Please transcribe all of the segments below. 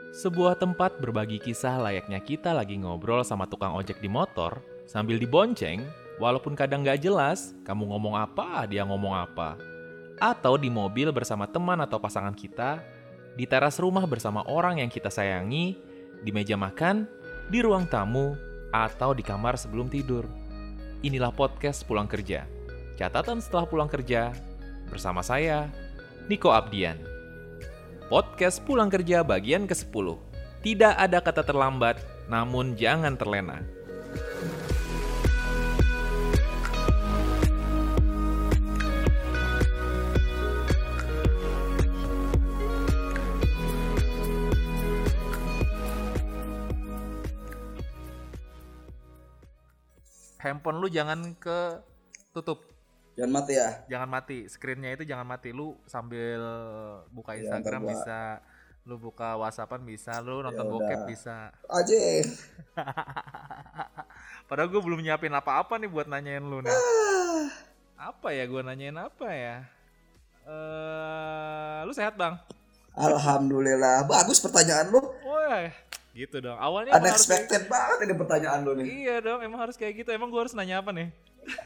Sebuah tempat berbagi kisah layaknya kita lagi ngobrol sama tukang ojek di motor sambil dibonceng, walaupun kadang gak jelas kamu ngomong apa, dia ngomong apa. Atau di mobil bersama teman atau pasangan kita, di teras rumah bersama orang yang kita sayangi, di meja makan, di ruang tamu, atau di kamar sebelum tidur. Inilah podcast Pulang Kerja. Catatan setelah pulang kerja, bersama saya, Niko Abdian. Podcast Pulang Kerja bagian ke-10. Tidak ada kata terlambat, namun jangan terlena. Handphone lu jangan tutup. Jangan mati ya. Jangan mati, screen-nya itu jangan mati. Lu sambil buka Ya, Instagram ntar gua- bisa, lu buka WhatsApp-an bisa, lu nonton Ya bokep udah. bisa. Aja. Padahal gue belum nyiapin apa-apa nih buat nanyain lu nih. Apa ya, gue nanyain apa ya? Lu sehat bang? Alhamdulillah. Bagus pertanyaan lu. Wah, gitu dong. Awalnya emang harus Unexpected banget ini pertanyaan lu nih. Iya dong, emang harus kayak gitu. Emang gue harus nanya apa nih?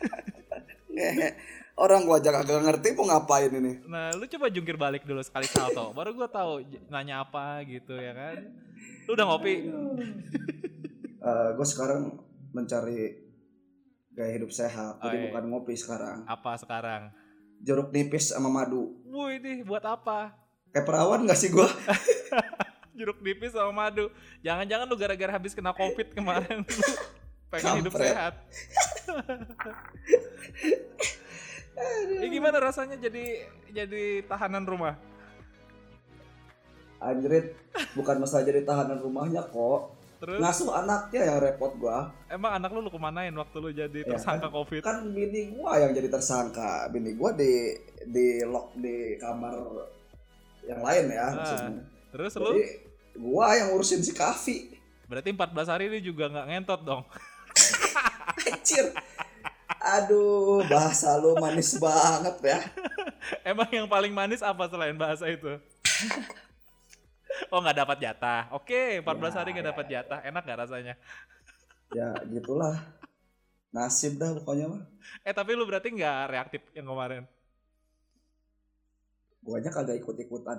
Orang gua aja kagak ngerti mau ngapain ini. Nah, lu coba jungkir balik dulu sekali salto. Baru gue tahu nanya apa gitu ya kan. Lu udah ngopi? Gue sekarang mencari gaya hidup sehat. Oh, Jadi iya. bukan ngopi sekarang. Apa sekarang? Jeruk nipis sama madu. Wuih nih, buat apa? Kayak perawan gak sih gua? Jeruk nipis sama madu. Jangan-jangan lu gara-gara habis kena COVID kemarin lu pengen hidup Kampret. sehat. Gimana rasanya jadi tahanan rumah? Anjrit, bukan masalah jadi tahanan rumahnya kok. Terus Ngasuh anaknya yang repot gua. emang anak lu kemanain waktu lu jadi Ya, tersangka COVID? Kan bini gua yang jadi tersangka. Bini gua di lock di kamar yang lain ya maksudnya. Terus lu Jadi gua yang ngurusin si Kavi. berarti 14 hari ini juga nggak ngentot dong? Anjir. Aduh, bahasa lu manis banget ya. Emang yang paling manis apa selain bahasa itu? Oh, nggak dapat jatah. Oke, 14 hari nggak dapat jatah. Enak nggak rasanya? Ya gitulah. Nasib dah pokoknya mah. Tapi lu berarti nggak reaktif yang kemarin? Guanya kagak ikut-ikutan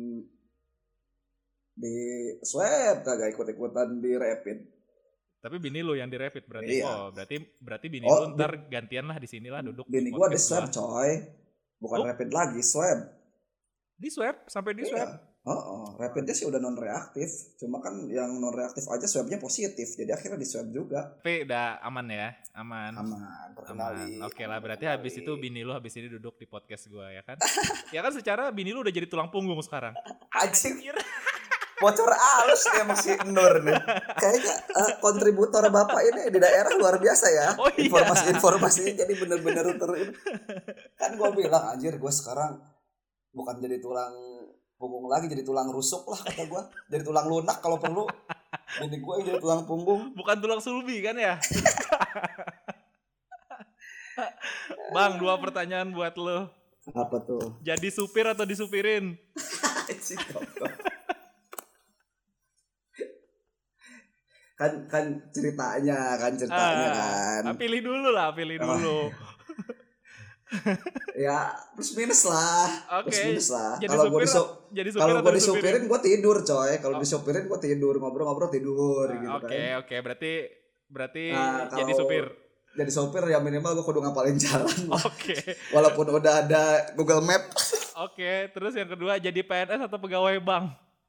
di swab, kagak ikut-ikutan di rapid. Tapi bini lu yang di rapid berarti. Iya. Oh, berarti bini Oh, lu ntar gantian lah di sinilah duduk. Bini gua di podcast swab coy. Bukan Oh. rapid lagi, swab. Di swab sampai di swab. Iya. Rapidnya sih udah non reaktif. Cuma kan yang non reaktif aja swabnya positif. Jadi akhirnya di swab juga. Tapi udah aman ya, aman. Aman, perkenali. Oke lah, berarti habis itu bini lu habis ini duduk di podcast gua ya kan? Ya kan secara bini lu udah jadi tulang punggung sekarang. Anjing. Bocor halus nih emang si Nur nih. Kayaknya kontributor bapak ini di daerah luar biasa ya. Oh, iya. Informasi-informasinya jadi bener-bener kan gue bilang anjir gue sekarang bukan jadi tulang punggung lagi, jadi tulang rusuk lah kata gue. Jadi tulang lunak kalau perlu. Jadi gue yang jadi tulang punggung. Bukan tulang sulbi kan ya? Bang, 2 pertanyaan buat lu. Apa tuh? Jadi supir atau disupirin? Si Toto. kan ceritanya kan. Pilih dulu lah, pilih dulu. Ya plus minus lah. Oke. Plus minus lah. Jadi Kalau gue jadi supir kalau atau gue disupirin gue tidur coy. Kalau disupirin gue tidur, ngobrol-ngobrol tidur gitu kan. Oke, berarti Nah, jadi kalau supir. Jadi sopir ya minimal gue kudu ngapalin jalan lah. Oke. Walaupun udah ada Google Map. Oke, terus yang kedua jadi PNS atau pegawai bank?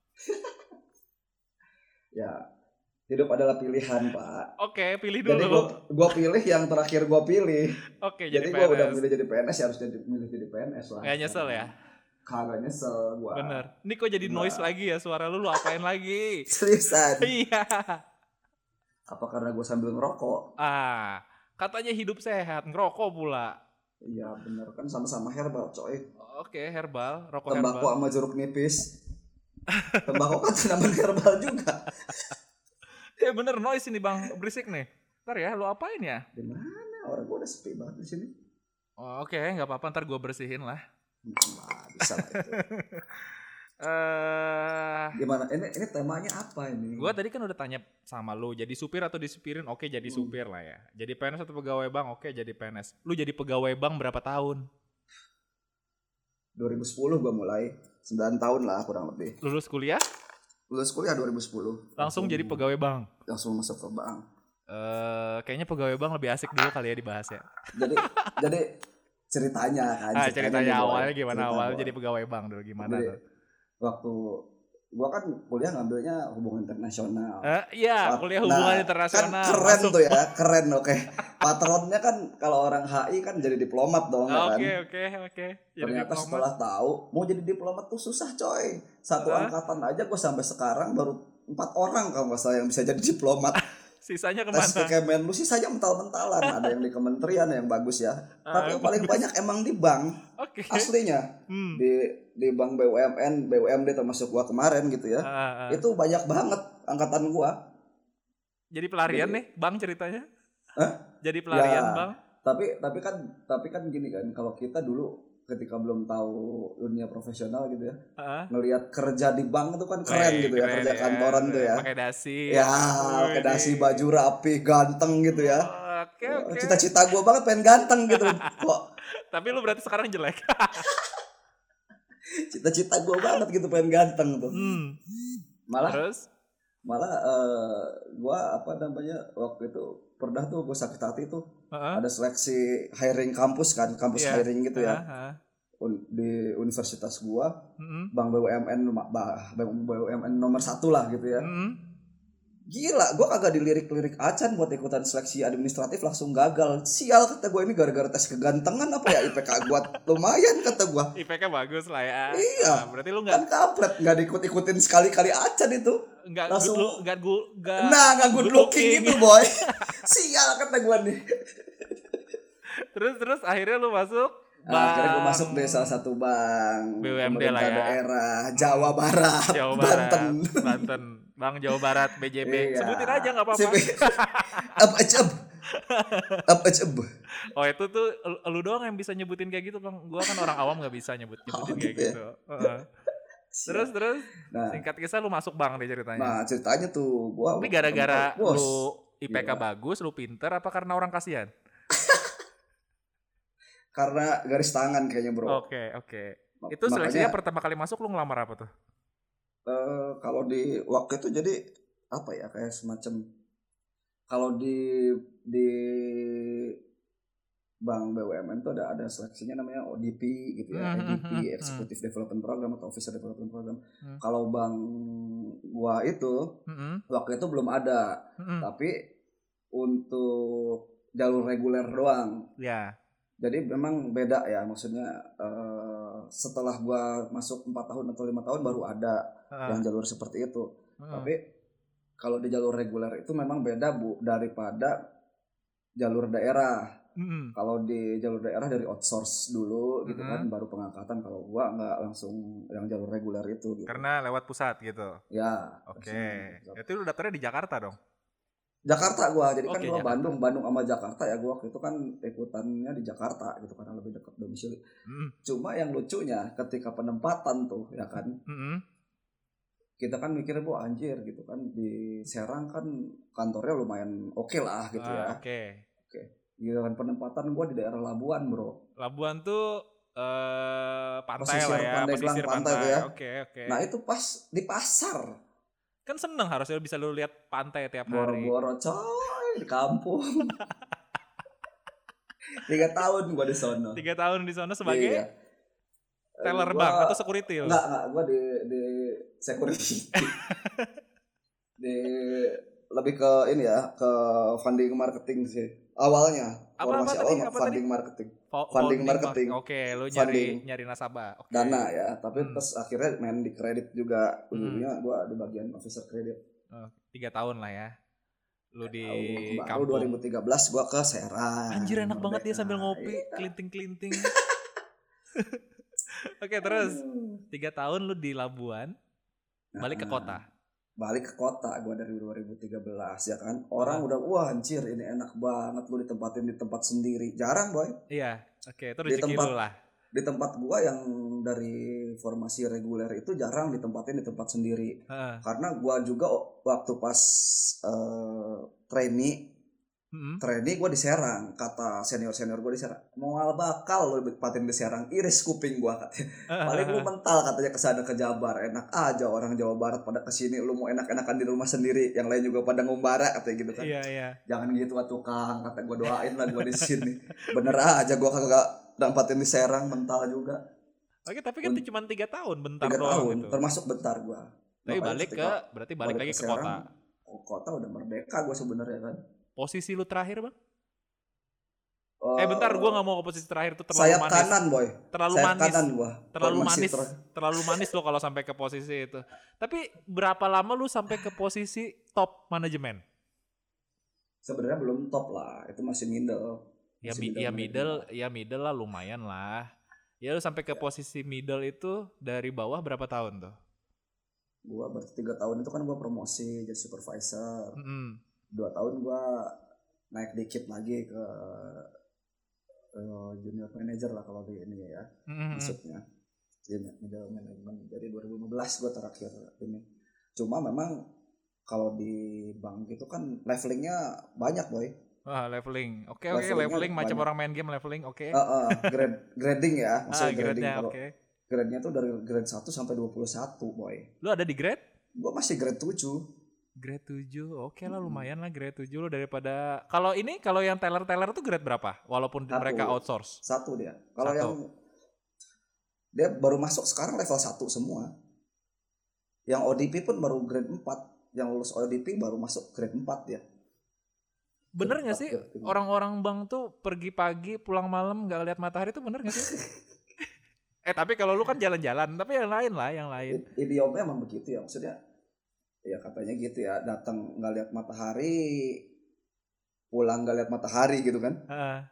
Ya, hidup adalah pilihan, Pak. Oke, pilih Jadi dulu. gue pilih yang terakhir gue pilih. Oke, Jadi jadi gue udah PNS. milih jadi PNS ya harus milih jadi PNS lah. Gak nyesel ya? Kagak nyesel gue. Bener. Ini kok jadi noise lagi ya suara lu apain lagi? Seriusan. Iya. Apa karena gue sambil ngerokok? Katanya hidup sehat, ngerokok pula. Iya bener kan sama-sama herbal coy. Oke, herbal, rokok Tembakau herbal. sama jeruk nipis. Tembakau kan tanaman herbal juga. Bener noise ini bang, berisik nih. Ntar ya, lu apain ya? Di mana? Orang gue udah sepi banget di sini. Oke, nggak apa-apa, ntar gue bersihin lah. Nah, bisa lah itu. Gimana? Ini temanya apa ini? Gua tadi kan udah tanya sama lu, jadi supir atau disupirin? Oke, jadi supir lah ya. Jadi PNS atau pegawai bank? Oke, jadi PNS. Lu jadi pegawai bank berapa tahun? 2010 gue mulai, 9 tahun lah kurang lebih. Lulus kuliah? Lulus kuliah 2010. Langsung jadi pegawai bank. Langsung masuk ke bank. Kayaknya pegawai bank lebih asik dulu kali ya dibahas ya. Jadi ceritanya kan. Ceritanya awalnya gimana? Awalnya jadi pegawai bank dulu gimana jadi, tuh? Waktu gua kan kuliah ngambilnya hubungan internasional. Iya, kuliah hubungan internasional. Kan keren masuk. Tuh ya, keren oke. Patronnya kan kalau orang HI kan jadi diplomat dong ya kan. Oke. Ternyata setelah tahu mau jadi diplomat tuh susah coy. Satu angkatan aja gua sampai sekarang baru 4 orang kalau nggak salah yang bisa jadi diplomat. Sisanya kemana? Tes ke Kemenlu sisanya mental-mentalan. Ada yang di kementerian yang bagus ya. Tapi yang paling banyak emang di bank. Aslinya. Di bank BUMN, BUMD termasuk gua kemarin gitu ya. Itu banyak banget angkatan gua. Jadi pelarian nih bank ceritanya? Jadi pelarian bank? Tapi kan gini kan, kalau kita dulu ketika belum tahu dunia profesional gitu ya, ngelihat kerja di bank itu kan keren gitu ya, kerja kantoran tuh ya, pakai dasi, pakai dasi, baju rapi, ganteng gitu ya. Oke. Cita-cita gue banget pengen ganteng gitu kok. Tapi lu berarti sekarang jelek. Cita-cita gue banget gitu pengen ganteng tuh. Malah gue waktu itu pernah tuh gue sakit hati tuh. Ada seleksi hiring kampus hiring gitu ya. Di universitas gua, Bank BUMN nomor 1 lah gitu ya. Gila, gua kagak dilirik-lirik acan buat ikutan seleksi administratif langsung gagal. Sial kata gua, ini gara-gara tes kegantengan apa ya, IPK gua lumayan kata gua. IPK bagus lah ya. Iya. Berarti lu enggak kampret, enggak diikut-ikutin sekali-kali acan itu. Enggak good looking itu boy. Sial kata gua nih. Terus akhirnya lu masuk akhirnya gue masuk di salah satu bank BUMD lah ya, daerah Jawa Barat, Banten, Bank Jawa Barat BJB. Sebutin aja nggak apa-apa. Oh itu tuh lu doang yang bisa nyebutin kayak gitu bang. Gua kan orang awam nggak bisa nyebutin kayak gitu. Terus singkat kisah lu masuk bank deh ceritanya. Nah ceritanya tuh gua. Tapi gara-gara lu IPK bagus, lu pinter, apa karena orang kasihan? Karena garis tangan kayaknya bro. Oke. Itu seleksinya pertama kali masuk lu ngelamar apa tuh? Kalau di waktu itu jadi apa ya, kayak semacam kalau di Bank BUMN tuh ada seleksinya namanya ODP gitu ya, EDP, Executive Development Program atau Officer Development Program. Kalau bank gua itu waktu itu belum ada, tapi untuk jalur reguler doang. Ya. Jadi memang beda ya, maksudnya setelah gua masuk 4 tahun atau 5 tahun baru ada yang jalur seperti itu. Tapi kalau di jalur reguler itu memang beda daripada jalur daerah. Kalau di jalur daerah dari outsource dulu gitu kan, baru pengangkatan. Kalau gua nggak langsung yang jalur reguler itu gitu. Karena lewat pusat gitu. Ya. Oke. Itu lu daftarnya di Jakarta dong? Jakarta gua, jadi kan gua Bandung sama Jakarta ya, gua waktu itu kan ikutannya di Jakarta gitu karena lebih dekat domisili. Cuma yang lucunya ketika penempatan tuh ya kan, kita kan mikirnya bu anjir gitu kan, di Serang kan kantornya lumayan oke lah gitu ya. Oke. Gitu kan, penempatan gua di daerah Labuan bro. Labuan tuh pantai pesisir, lah ya, pesisir pantai tuh ya. Oke. Nah itu pas di pasar. Kan seneng harusnya bisa lu lihat pantai tiap hari. Boro-boro coy di kampung. 3 tahun gua di sono. 3 tahun di sono sebagai teller bank atau security? Enggak, gua di security. Lebih ke ini ya, ke funding marketing sih. Awalnya, formasi awal funding marketing. Funding marketing. Oke, lu nyari nasabah. Okay. Dana ya, tapi terus akhirnya main di kredit juga. Ujungnya gua di bagian officer kredit. 3 tahun lah ya. Lu di kampung. 2013 gua ke Serang. Anjir enak banget dia sambil ngopi, kelinting-kelinting. Oke, terus 3 tahun lu di Labuan, balik ke kota. Balik ke kota gue dari 2013 ya kan. Orang udah wah anjir ini enak banget lu ditempatin di tempat sendiri. Jarang boy. Iya. Oke, itu rezeki lu lah. di tempat gua yang dari formasi reguler itu jarang ditempatin di tempat sendiri. Karena gua juga waktu pas trainee gue di Serang, kata senior gue di Serang, mau bakal lo tempatin di Serang, iris kuping gue katanya. Paling lu mental katanya kesana ke Jabar, enak aja orang Jawa Barat pada kesini, lu mau enak-enakan di rumah sendiri, yang lain juga pada ngumbara katanya gitu kan. Iya. Jangan gitu tukang, kata gue, doain lah gue di sini. Bener aja gue kagak dampatin di Serang, mental juga. Oke, tapi kan itu cuma 3 tahun, bentar 3 doang tahun, gitu. termasuk bentar gue. Tapi berarti balik lagi ke kota. Kota udah merdeka gue sebenarnya kan. Posisi lu terakhir bang? Bentar, gue nggak mau ke posisi terakhir itu terlalu sayap manis. Kanan boy. Terlalu sayap manis. Kanan gua. Terlalu manis lo kalau sampai ke posisi itu. Tapi berapa lama lu sampai ke posisi top manajemen? Sebenarnya belum top lah, itu masih middle. Middle lah, lumayan lah. Ya lu sampai ke posisi middle itu dari bawah berapa tahun tuh? Gua berarti 3 tahun itu kan gua promosi jadi supervisor. 2 tahun gua naik dikit lagi ke junior manager lah kalau di ini ya. Maksudnya middle management dari 2015 gua terakhir ini. Cuma memang kalau di bank itu kan levelingnya banyak boy. Leveling. Oke, leveling macam orang main game leveling, oke. Grading ya, maksudnya grading. Kalau grade-nya tuh dari grade 1 sampai 21 boy. Lu ada di grade? Gua masih grade 7. Grade 7, oke lah, lumayan lah grade 7 lo daripada. Kalau yang teller tuh grade berapa? Walaupun mereka outsource. 1 dia. Kalau yang dia baru masuk sekarang level 1 semua. Yang ODP pun baru grade 4. Yang lulus ODP baru masuk grade 4 dia. Bener gak sih orang-orang bank tuh pergi pagi pulang malam gak lihat matahari tuh bener gak sih? Tapi kalau lu kan jalan-jalan, tapi yang lain. Idiomnya emang begitu ya, maksudnya ya katanya gitu ya, datang nggak lihat matahari, pulang nggak lihat matahari gitu kan.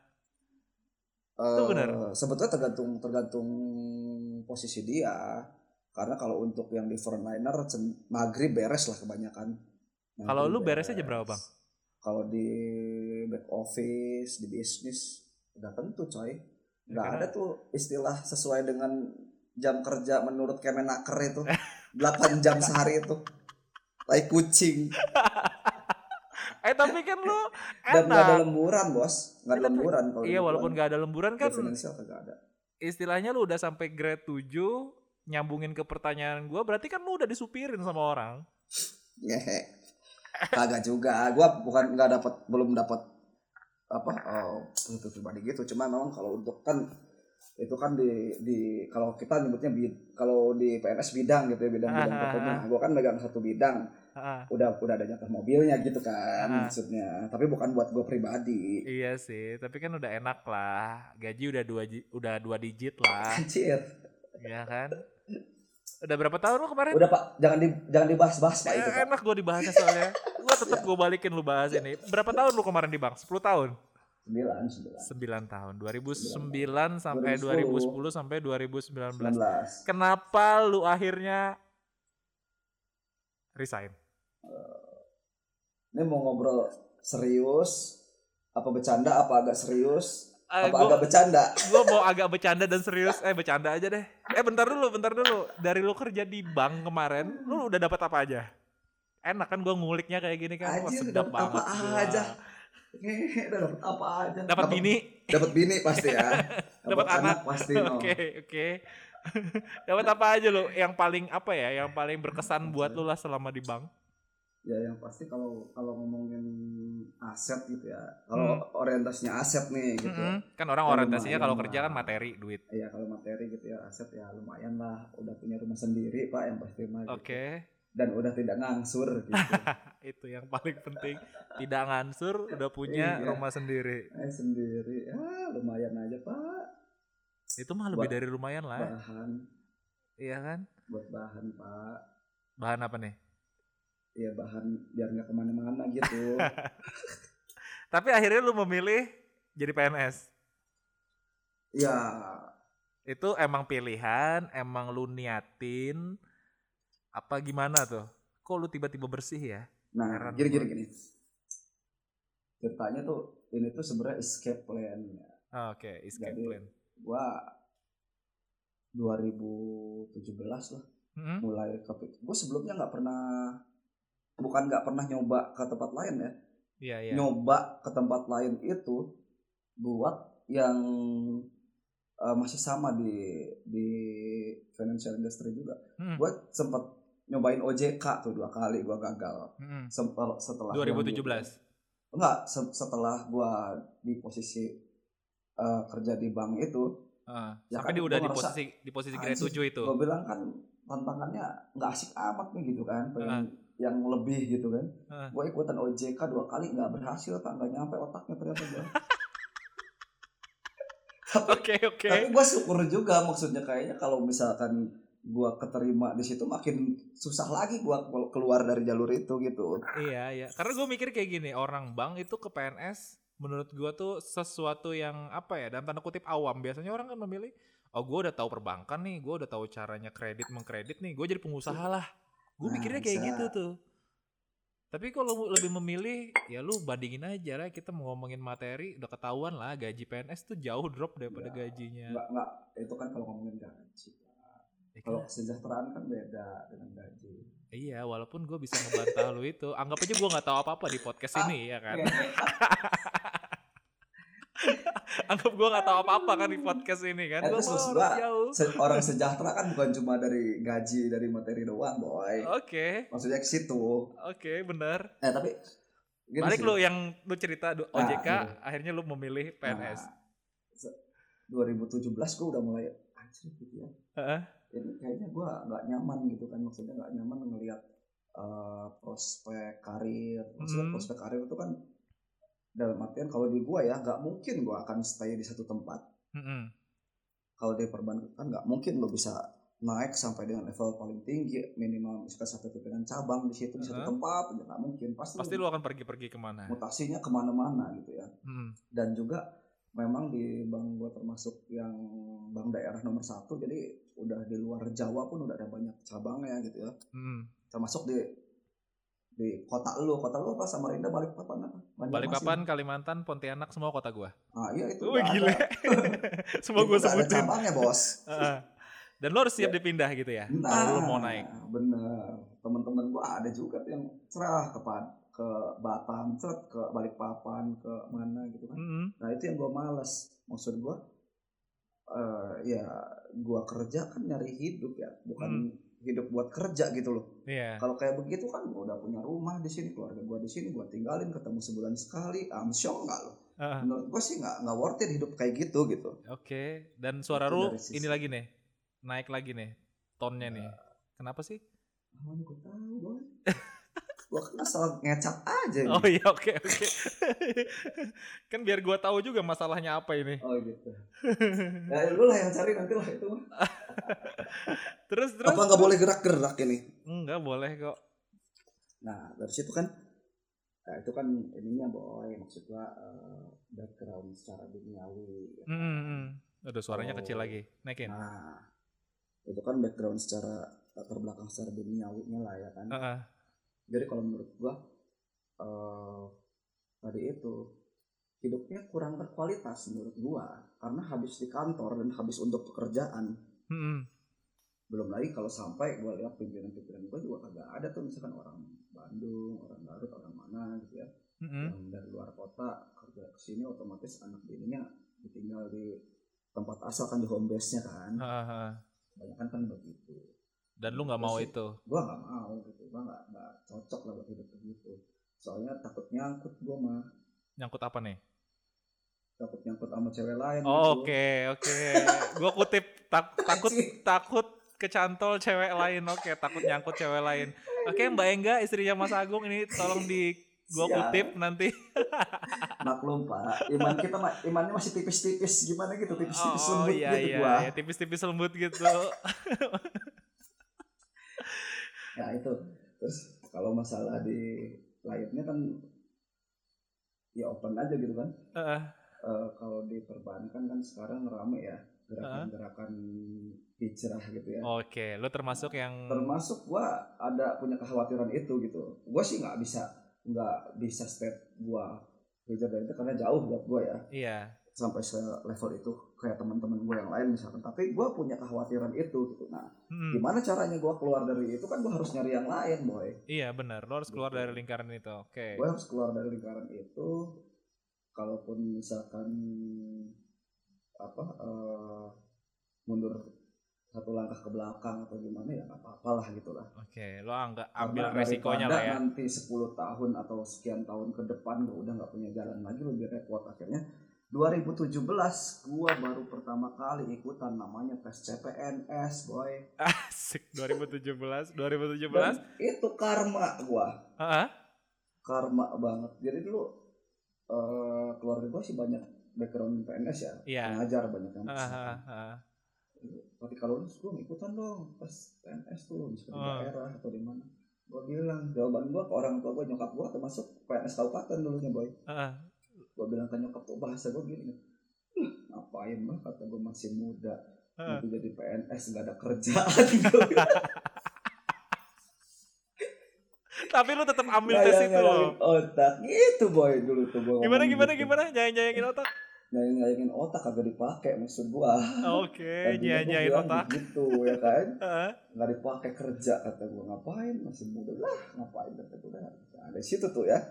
Itu benar. Sebetulnya tergantung posisi dia, karena kalau untuk yang di frontliner maghrib beres lah kebanyakan. Kalau lu beresnya jam berapa bang? Kalau di back office, di bisnis udah tentu coy, nggak ada tuh istilah sesuai dengan jam kerja menurut Kemenaker itu 8 jam sehari itu. Tai kucing. Tapi kan lu enak. Dan gak ada lemburan bos. Gak ada lemburan. Iya walaupun gak ada lemburan kan. Finansial kagak ada. Istilahnya lu udah sampai grade 7. Nyambungin ke pertanyaan gue. Berarti kan lu udah disupirin sama orang. Ngehe. Kagak juga. Gue belum dapat itu pribadi gitu. Cuma memang kalau untuk kan itu kan di kalau kita nyebutnya kalau di PNS bidang gitu ya, bidang pokoknya. Gue kan megang satu bidang. Udah ada jatah mobilnya gitu kan maksudnya. Tapi bukan buat gue pribadi. Iya sih, tapi kan udah enak lah. Gaji udah 2 digit lah. Anjir. Iya kan? Udah berapa tahun lu kemarin? Udah Pak, jangan dibahas-bahas Pak itu Pak. Enak gue dibahasnya soalnya. Gue tetap gue balikin lu bahas ini. Berapa tahun lu kemarin di bank? 10 tahun? 9 tahun. 2009 sampai 2010 sampai 2019. Kenapa lu akhirnya resign? Ini mau ngobrol serius apa bercanda apa agak serius agak bercanda? Gue mau agak bercanda dan serius. Bercanda aja deh. Bentar dulu. Dari lu kerja di bank kemarin, lu udah dapat apa aja? Enak kan gue nguliknya kayak gini kan. Sedap banget. Apa aja? Dapat apa aja? Dapat bini. Dapat bini pasti ya. Dapat anak pasti. Oke. Dapat apa aja lo? Yang paling berkesan buat lo lah selama di bank? Ya yang pasti kalau ngomongin aset gitu ya. Kalau orientasinya aset nih gitu. Kan orang orientasinya kalau kerja kan materi, duit. Iya, kalau materi gitu ya, aset ya lumayan lah. Udah punya rumah sendiri Pak yang pasti mah. Oke. Dan udah tidak ngangsur gitu. Itu yang paling penting. Tidak ngangsur, udah punya rumah sendiri. Sendiri. Lumayan aja Pak. Itu mah lebih dari lumayan lah. Bahan. Iya kan? Buat bahan Pak. Bahan apa nih? Ya bahan biar gak kemana-mana gitu. Tapi akhirnya lu memilih jadi PNS? Ya. Itu emang pilihan, emang lu niatin, apa gimana tuh? Kok lu tiba-tiba bersih ya? Nah, gini. Ceritanya tuh, ini tuh sebenarnya escape plan. Oke, escape plan. Gua 2017 lah. Mulai gue sebelumnya nggak pernah nyoba ke tempat lain ya. Iya. Nyoba ke tempat lain itu buat yang masih sama di financial industry juga. Gue sempat nyobain OJK tuh 2 kali, gue gagal. Setelah 2017. Enggak, setelah gue di posisi kerja di bank itu. Sampai dia udah di posisi grade 7 itu. Gue bilang kan tantangannya nggak asik amat nih gitu kan, pengen yang lebih gitu kan. Gue ikutan OJK 2 kali nggak berhasil, nggak nyampe otaknya ternyata gue. Tapi gue syukur juga, maksudnya kayaknya kalau misalkan gue keterima di situ makin susah lagi gue keluar dari jalur itu gitu. Iya. Karena gue mikir kayak gini, orang bank itu ke PNS menurut gue tuh sesuatu yang apa ya, dalam tanda kutip awam. Biasanya orang kan memilih, oh gue udah tahu perbankan nih, gue udah tahu caranya mengkredit nih, gue jadi pengusaha lah. Gue mikirnya kayak gitu tuh. Tapi kalau lebih memilih, ya lu bandingin aja lah, kita mau ngomongin materi, udah ketahuan lah gaji PNS tuh jauh drop daripada gajinya. Enggak, itu kan kalau ngomongin gaji. Kalau kesejahteraan kan beda dengan gaji. Iya, walaupun gue bisa ngebantah lu itu. Anggap aja gue gak tahu apa-apa di podcast ini, ya kan? Anggap gue gak tahu apa-apa kan di podcast ini kan? Gue jauh. Orang sejahtera kan bukan cuma dari gaji, dari materi doang, boy. Oke. Maksudnya ke situ. Oke, benar. Tapi balik lu yang lu cerita OJK, akhirnya lu memilih PNS. 2017 gue udah mulai anjir gitu ya. Ini kayaknya gue nggak nyaman gitu kan, maksudnya nggak nyaman ngelihat prospek karir. Maksudnya prospek karir itu kan dalam artian kalau di gue ya nggak mungkin gue akan stay di satu tempat. Kalau di perbankan kan nggak mungkin lo bisa naik sampai dengan level paling tinggi, minimal misalkan sampai pimpinan cabang di situ di satu tempat, nggak mungkin. Pasti lo akan pergi kemana? Mutasinya kemana-mana gitu ya. Dan juga memang di bank gue termasuk yang bank daerah nomor 1, jadi udah di luar Jawa pun udah ada banyak cabangnya gitu ya. Termasuk di kota lu apa, Samarinda, Balikpapan apa? Balikpapan, Kalimantan, Pontianak, semua kota gue. Iya itu. Gila. Semua gue sebutin. Ada cabangnya, bos. Dan lo harus siap dipindah gitu ya, kalau lo mau naik. Bener. Teman-teman gue ada juga tuh yang cerah ke Batam, ke Balikpapan, ke mana gitu kan. Nah itu yang gue malas. Maksud gue, ya gue kerja kan nyari hidup ya, bukan hidup buat kerja gitu loh. Kalau kayak begitu kan gue udah punya rumah di sini, keluarga gue di sini, gue tinggalin, ketemu sebulan sekali, amsyong nggak lo? Menurut gue sih nggak worth it hidup kayak gitu. Oke. Dan suara lu ini lagi nih, naik lagi nih, tonnya nih. Kenapa sih? Mana gue tahu boy. Gue kan asal ngecap aja nih. Oh iya, oke. Kan biar gue tahu juga masalahnya apa ini. Oh gitu. Ya lu lah yang cari nanti lah itu. Terus. Apa nggak boleh gerak-gerak ini? Enggak boleh kok. Nah dari situ kan, itu kan ininya boy, maksud gua background secara duniawi. Aduh suaranya kecil lagi, naikin. Nah itu kan background secara latar belakang secara duniawinya lah ya kan. Jadi kalau menurut gua tadi itu hidupnya kurang berkualitas menurut gua, karena habis di kantor dan habis untuk pekerjaan. Belum lagi kalau sampai gua lihat pimpinan gua juga kagak ada tuh, misalkan orang Bandung, orang Garut, orang mana gitu ya, yang dari luar kota kerja kesini, otomatis anak bininya ditinggal di tempat asal kan, di home base-nya kan. Banyak kan begitu. Dan lu nggak mau itu? Gue nggak mau gitu, gue nggak cocok lah buat hidup begitu. Soalnya takut nyangkut gue mah. Nyangkut apa nih? Takut nyangkut sama cewek lain. Oke. Gue kutip takut kecantol cewek lain. Oke, takut nyangkut cewek lain. Oke, Mbak Engga, istrinya Mas Agung ini tolong gue kutip nanti. Maklum Pak, imannya masih tipis-tipis gimana gitu, tipis-tipis lembut gitu gua. Iya, tipis-tipis lembut gitu. Ya itu. Terus kalau masalah di lainnya kan ya open aja gitu kan. Kalau di perbankan kan sekarang rame ya gerakan-gerakan hijrah gitu ya. Oke, lo termasuk yang gua punya kekhawatiran itu gitu. Gua sih nggak bisa step gua hijrah dari itu karena jauh buat gua ya. Iya. Sampai se level itu kayak teman-teman gue yang lain misalkan, tapi gue punya kekhawatiran itu gitu. Nah, gimana caranya gue keluar dari itu, kan gue harus nyari yang lain, boy. Iya benar, lo harus keluar Gitu. dari lingkaran itu. Oke. Gue harus keluar dari lingkaran itu. Kalaupun misalkan mundur satu langkah ke belakang atau gimana ya nggak apa-apa lah gitu lah. Oke, lo ambil Karena resikonya lah ya. nanti 10 tahun atau sekian tahun ke depan gue udah nggak punya jalan lagi, lebih repot. Akhirnya 2017 gue baru pertama kali ikutan namanya tes CPNS, boy. Asik, 2017. Dan itu karma gue. Karma banget. Jadi dulu keluarga gue sih banyak background PNS ya, pengajar banyak yang tapi kalau lulus gue ikutan dong pas PNS tuh di daerah atau di mana. Gue bilang, jawaban gue ke orang tua gue, nyokap gue termasuk PNS kabupaten dulunya, boy. Gue bilang ke nyokap tuh, bahasa gue gini, ngapain mah, kata gue masih muda, nanti jadi PNS nggak ada kerjaan. Tapi lu tetap ambil tes itu loh. Otak gitu, boy, dulu tuh gue. Gimana? Jayang-jayangin otak. Nyayangin otak kagak dipakai, maksud gua. Oke, nyayangin otak gitu ya kan. Nggak dipakai kerja, kata gua. Ngapain, masih muda lah, ngapain, kata gua. Nah, dari situ tuh ya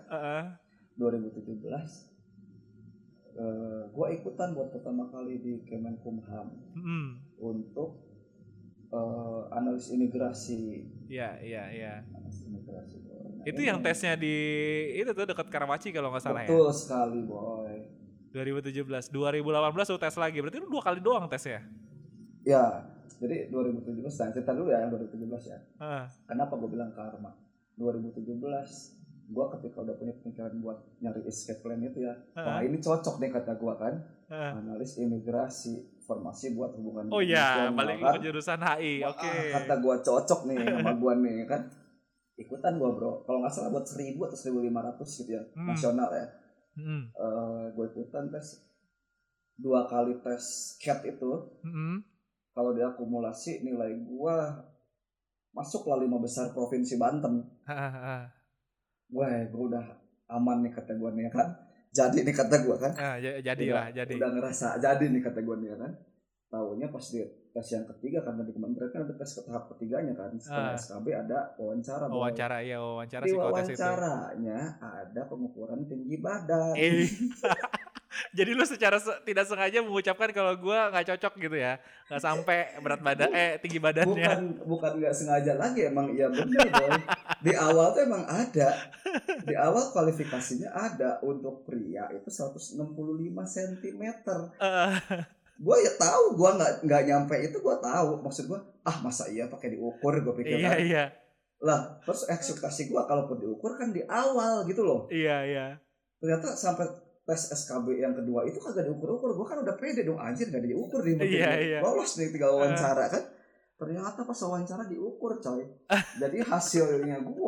2017 gua ikutan buat pertama kali di Kemenkumham untuk analis imigrasi. Iya. Analis imigrasi. Nah, itu yang tesnya di itu tuh dekat Karawaci kalau nggak salah. Betul sekali, boy. 2017, 2018 lu tes lagi, berarti lu 2 kali doang tesnya? Ya, jadi 2017, nah cerita dulu ya yang 2017 ya. Kenapa gue bilang karma? 2017, gue ketika udah punya pemikiran buat nyari escape plan itu ya, wah ini cocok deh kata gue kan, analis imigrasi, formasi buat hubungan internasional. Balik ke jurusan HI, oke. Kata gue cocok nih sama gue nih kan, ikutan gue bro, kalau nggak salah buat 1.000 atau 1.500 gitu ya, nasional ya. Gue ikutan tes 2 kali tes CAT itu. Kalau diakumulasi nilai gue masuklah 5 besar provinsi Banten. Wah, gue udah aman nih kata gue nih kan. Jadi nih kata gue kan. Jadi. Udah ngerasa jadi nih kata gue nih kan. Tahunya pas di tes yang ketiga, karena di kementerian kan ada tes ke tahap ketiganya kan. Setelah SKB ada wawancara. Wawancara di wawancaranya ada pengukuran tinggi badan. Jadi lu secara tidak sengaja mengucapkan kalau gue nggak cocok gitu ya, nggak sampai berat badan tinggi badannya. Bukan nggak sengaja lagi, emang iya bener, boy. Di awal tuh emang ada, di awal kualifikasinya ada untuk pria itu 165 cm. Gue ya tahu, gue nggak nyampe itu, gue tahu, maksud gue masa iya pakai diukur, gue pikir kan. Iya. Lah terus ekspektasi gue kalaupun diukur kan di awal gitu loh. Iya. Ternyata sampai tes SKB yang kedua itu kagak diukur-ukur. Gue kan udah pede dong, anjir gak diukur nih, lolos nih tinggal wawancara kan. Ternyata pas wawancara diukur, coy. Jadi hasil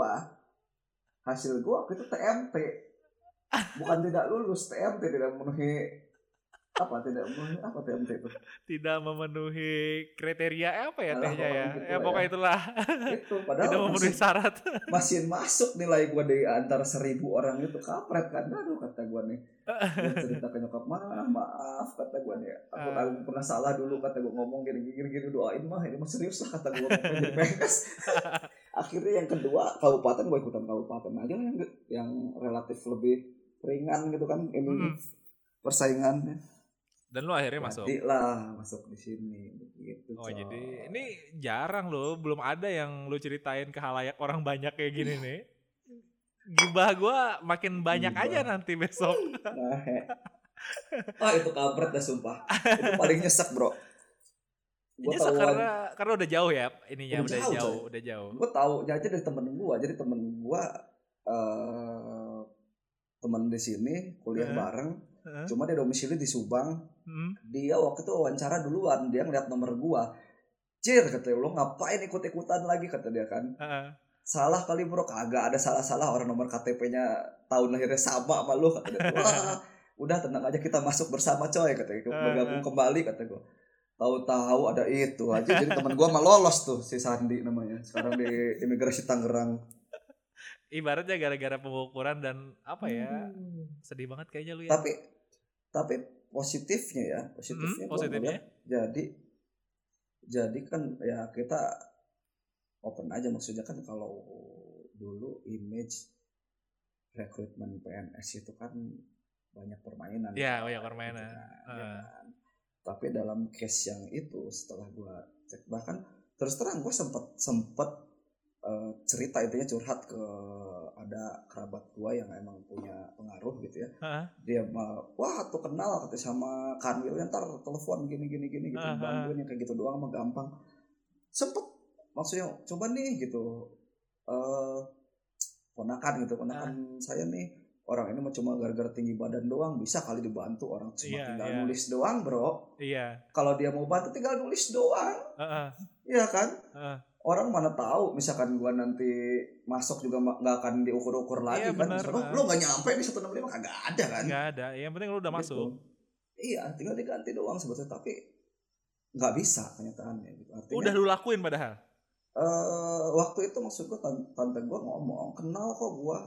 gue itu TMT, bukan tidak lulus, TMT, tidak memenuhi TMT itu? Tidak memenuhi kriteria apa ya tehnya ya? Gitu pokoknya itulah. Itu padahal tidak memenuhi syarat. Masih masuk nilai gue di antara 1.000 orang itu, kapret kan. Aduh kata gue nih. Gue cerita ke nyokap, maaf kata gue nih. Aku pernah salah dulu, kata gue ngomong gini, doain mah ini mah serius lah kata gue ngomong jadi PNS. Akhirnya yang kedua kabupaten, gue ikutan kabupaten aja yang relatif lebih ringan gitu kan ini persaingannya. Dan lu akhirnya masuk di sini begitu. Jadi ini jarang loh, belum ada yang lu ceritain ke halayak orang banyak kayak gini nih. Gibah gue makin banyak aja nanti besok. Itu kampret dah sumpah. Itu paling nyesek, bro. Nyesek karena udah jauh ya ininya, udah jauh. Gue tahu aja dari temen gue. Jadi temen gue temen di sini kuliah bareng. Cuma dia domisili di Subang. Dia waktu itu wawancara duluan, dia ngeliat nomor gua. Cir, katanya, lo ngapain ikut-ikutan lagi, kata dia kan. Salah kali bro, kagak ada salah-salah, orang nomor KTP-nya tahun lahirnya sama lu, kata dia. Wah, udah tenang aja, kita masuk bersama coy, katanya. Bergabung kembali, kata gua. Tahu-tahu ada itu aja. Jadi teman gua mah lolos tuh, si Sandi namanya. Sekarang di imigrasi Tangerang. Ibaratnya gara-gara pengukuran dan apa ya, sedih banget kayaknya lu ya. Tapi positifnya gue Positifnya? ngeliat jadi kan ya kita open aja, maksudnya kan kalau dulu image rekrutmen PNS itu kan banyak permainan, Iya, banyak gitu permainan. kan, ya kan. Tapi dalam case yang itu setelah gue cek, bahkan terus terang gue sempet cerita, intinya curhat ke ada kerabat gue yang emang punya pengaruh gitu ya. Dia wah tuh kenal katanya sama Kanwil, ntar telepon gini gitu, bantuin yang kayak gitu doang mah gampang. Sempet maksudnya coba nih gitu, ponakan saya nih, orang ini mah cuma gara-gara tinggi badan doang, bisa kali dibantu, orang cuma tinggal nulis doang bro. Kalau dia mau bantu tinggal nulis doang. Iya kan. Orang mana tahu misalkan gua nanti masuk juga nggak akan diukur-ukur lagi kan. Lo nggak nyampe di 165, kagak ada kan. Nggak ada, yang penting lo udah gitu. Masuk. Iya, tinggal diganti doang sebetulnya, tapi nggak bisa kenyataannya gitu. Artinya, udah lu lakuin padahal. Waktu itu maksud gue tante gue ngomong kenal kok,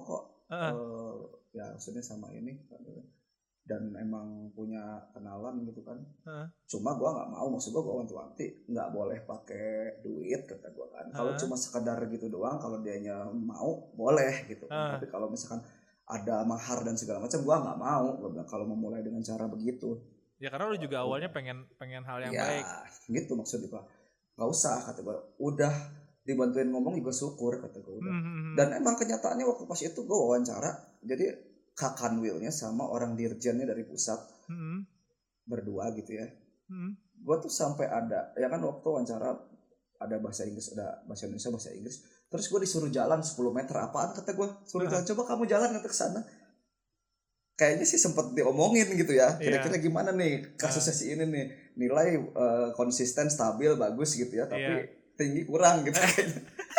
ya maksudnya sama ini dan emang punya kenalan gitu kan. Cuma gue nggak mau, maksud gue wanti-wanti nggak boleh pakai duit kata gue kan. Kalau cuma sekedar gitu doang, kalau dianya mau boleh gitu kan. Tapi kalau misalkan ada mahar dan segala macam, gue nggak mau. Gue bilang kalau memulai dengan cara begitu. Ya karena lu juga awalnya pengen hal yang baik. Gitu maksud gue. Gak usah kata gue, udah dibantuin ngomong juga syukur kata gue udah. Dan emang kenyataannya waktu pas itu gue wawancara, jadi Kak Kanwilnya sama orang dirjennya dari pusat berdua gitu ya. Gue tuh sampai ada ya kan waktu wawancara ada bahasa Inggris, ada bahasa Indonesia, bahasa Inggris. Terus gue disuruh jalan 10 meter, apaan kata gue, suruh jalan, coba kamu jalan ke sana. Kayaknya sih sempat diomongin gitu ya, kira-kira gimana nih kasusnya si ini nih, nilai konsisten stabil bagus gitu ya, tapi tinggi kurang gitu kayaknya.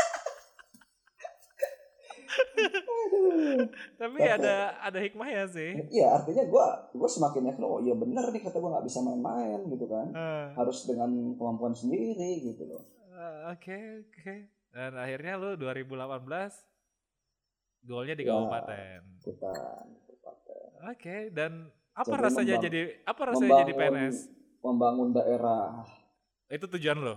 Tapi ada hikmahnya sih. Iya, artinya gue semakin yakin, oh iya benar nih kata gue, nggak bisa main-main gitu kan, harus dengan kemampuan sendiri gitu loh. Oke. Dan akhirnya lu 2018 golnya di kabupaten. Oke, dan apa jadi rasanya jadi PNS? Membangun daerah. Itu tujuan lo?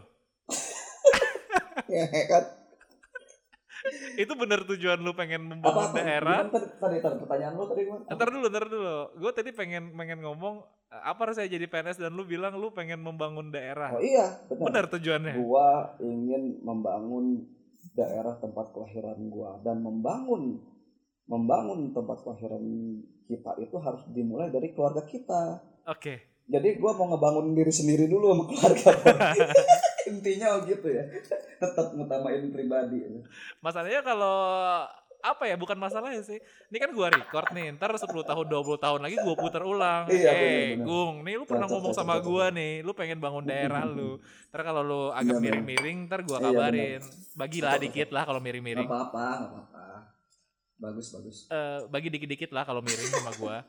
Ya kan? Itu bener tujuan lu pengen membangun daerah? Tadi pertanyaan lu tadi gimana? Ntar dulu. Gue tadi pengen ngomong apa rasanya jadi PNS, dan lu bilang lu pengen membangun daerah. Oh iya, benar. Benar tujuannya. Gua ingin membangun daerah tempat kelahiran gua, dan membangun tempat kelahiran kita itu harus dimulai dari keluarga kita. Oke. Jadi gue mau ngebangun diri sendiri dulu sama keluarga. Intinya gitu ya. Tetap ngutamain pribadi. Masalahnya kalau apa ya, bukan masalahnya sih. Ini kan gue record nih, ntar 10 tahun 20 tahun lagi gue putar ulang. Bener. Gung, nih lu pernah ngomong sama gue nih, lu pengen bangun daerah lu. Ntar kalau lu agak miring-miring, ntar gue kabarin. Bagilah dikit lah kalau miring-miring. Gak apa-apa. Bagus. Bagi dikit-dikit lah kalau miring sama gue.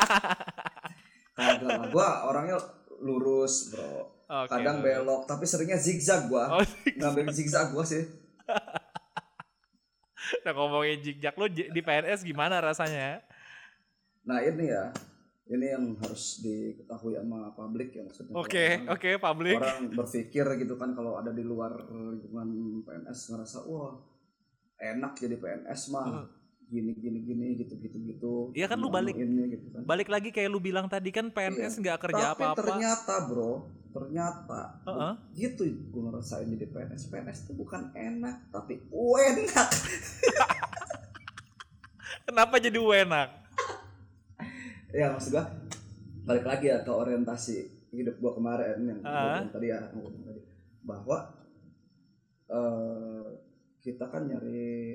Kagak, gue orangnya lurus bro. Kadang belok, tapi seringnya zigzag gue. Ngambil zigzag gue sih. Nah ngomongin zigzag, lo di PNS gimana rasanya? Nah ini yang harus diketahui sama publik ya, maksudnya. Oke, publik. Orang berpikir gitu kan, kalau ada di luar lingkungan PNS ngerasa wah enak jadi PNS mah. Gini gitu. Iya kan, lu balik gitu kan. Balik lagi kayak lu bilang tadi kan, PNS nggak kerja apa-apa. Tapi ternyata gitu gue ngerasain jadi PNS itu bukan enak tapi enak. Kenapa jadi enak? Ya maksud gue balik lagi ya ke orientasi hidup gue kemarin yang tadi bahwa kita kan nyari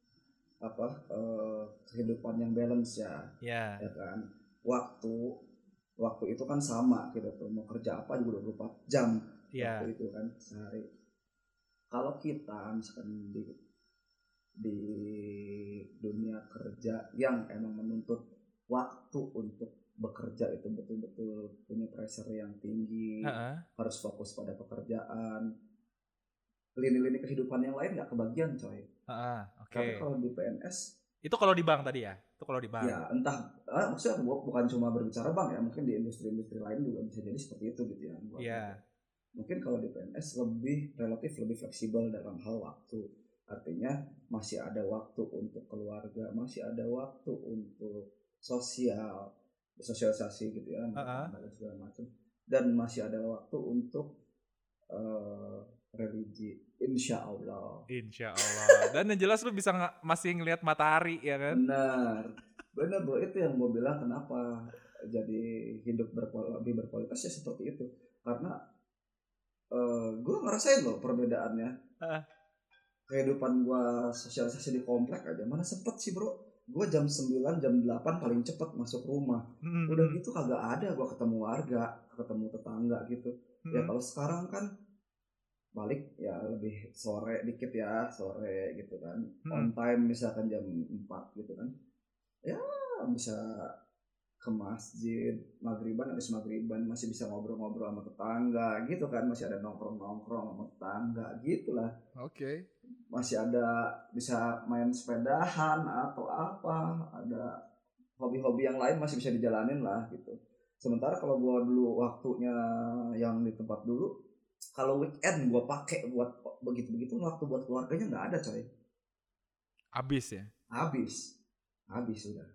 kehidupan yang balance ya kan. Waktu itu kan sama kita tuh mau kerja apa juga 24 jam waktu itu kan sehari. Kalau kita misalkan di dunia kerja yang emang menuntut waktu untuk bekerja itu betul-betul punya pressure yang tinggi, harus fokus pada pekerjaan, lini-lini kehidupan yang lain nggak kebagian coy. Tapi kalau di PNS Itu kalau di bank tadi ya? Itu kalau di bank. Ya entah, maksudnya bukan cuma berbicara bank ya, mungkin di industri-industri lain juga bisa jadi seperti itu gitu ya. Iya. Mungkin kalau di PNS relatif lebih fleksibel dalam hal waktu. Artinya masih ada waktu untuk keluarga, masih ada waktu untuk sosialisasi gitu ya, dan segala macam. Dan masih ada waktu untuk religi, insya Allah. Dan yang jelas lu bisa masih ngelihat matahari ya kan? Benar bro, itu yang gue bilang kenapa jadi hidup lebih berkualitas ya seperti itu. Karena gue ngerasain loh perbedaannya. Kehidupan gue sosialisasi di komplek aja mana sempet sih bro. Gue jam 9, jam 8 paling cepet masuk rumah. Udah gitu kagak ada gue ketemu warga, ketemu tetangga gitu. Ya kalau sekarang kan balik ya lebih sore dikit ya, sore gitu kan. On time misalkan jam 4 gitu kan. Ya bisa ke masjid, habis maghriban masih bisa ngobrol-ngobrol sama tetangga gitu kan, masih ada nongkrong-nongkrong sama tetangga gitulah. Oke. Masih ada bisa main sepedahan atau apa, ada hobi-hobi yang lain masih bisa dijalanin lah gitu. Sementara kalau gua dulu waktunya yang di tempat dulu, kalau weekend gua pakai buat begitu-begitu, waktu buat keluarganya nggak ada coy. Habis ya? Habis sudah.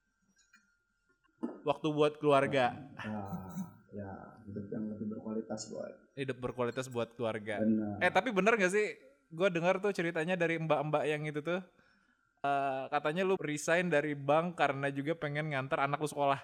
Waktu buat keluarga. Ya hidup yang lebih berkualitas boy. Hidup berkualitas buat keluarga. Benar. Tapi benar gak sih? Gue dengar tuh ceritanya dari mbak-mbak yang itu tuh. Katanya lu resign dari bank karena juga pengen nganter anak lu sekolah.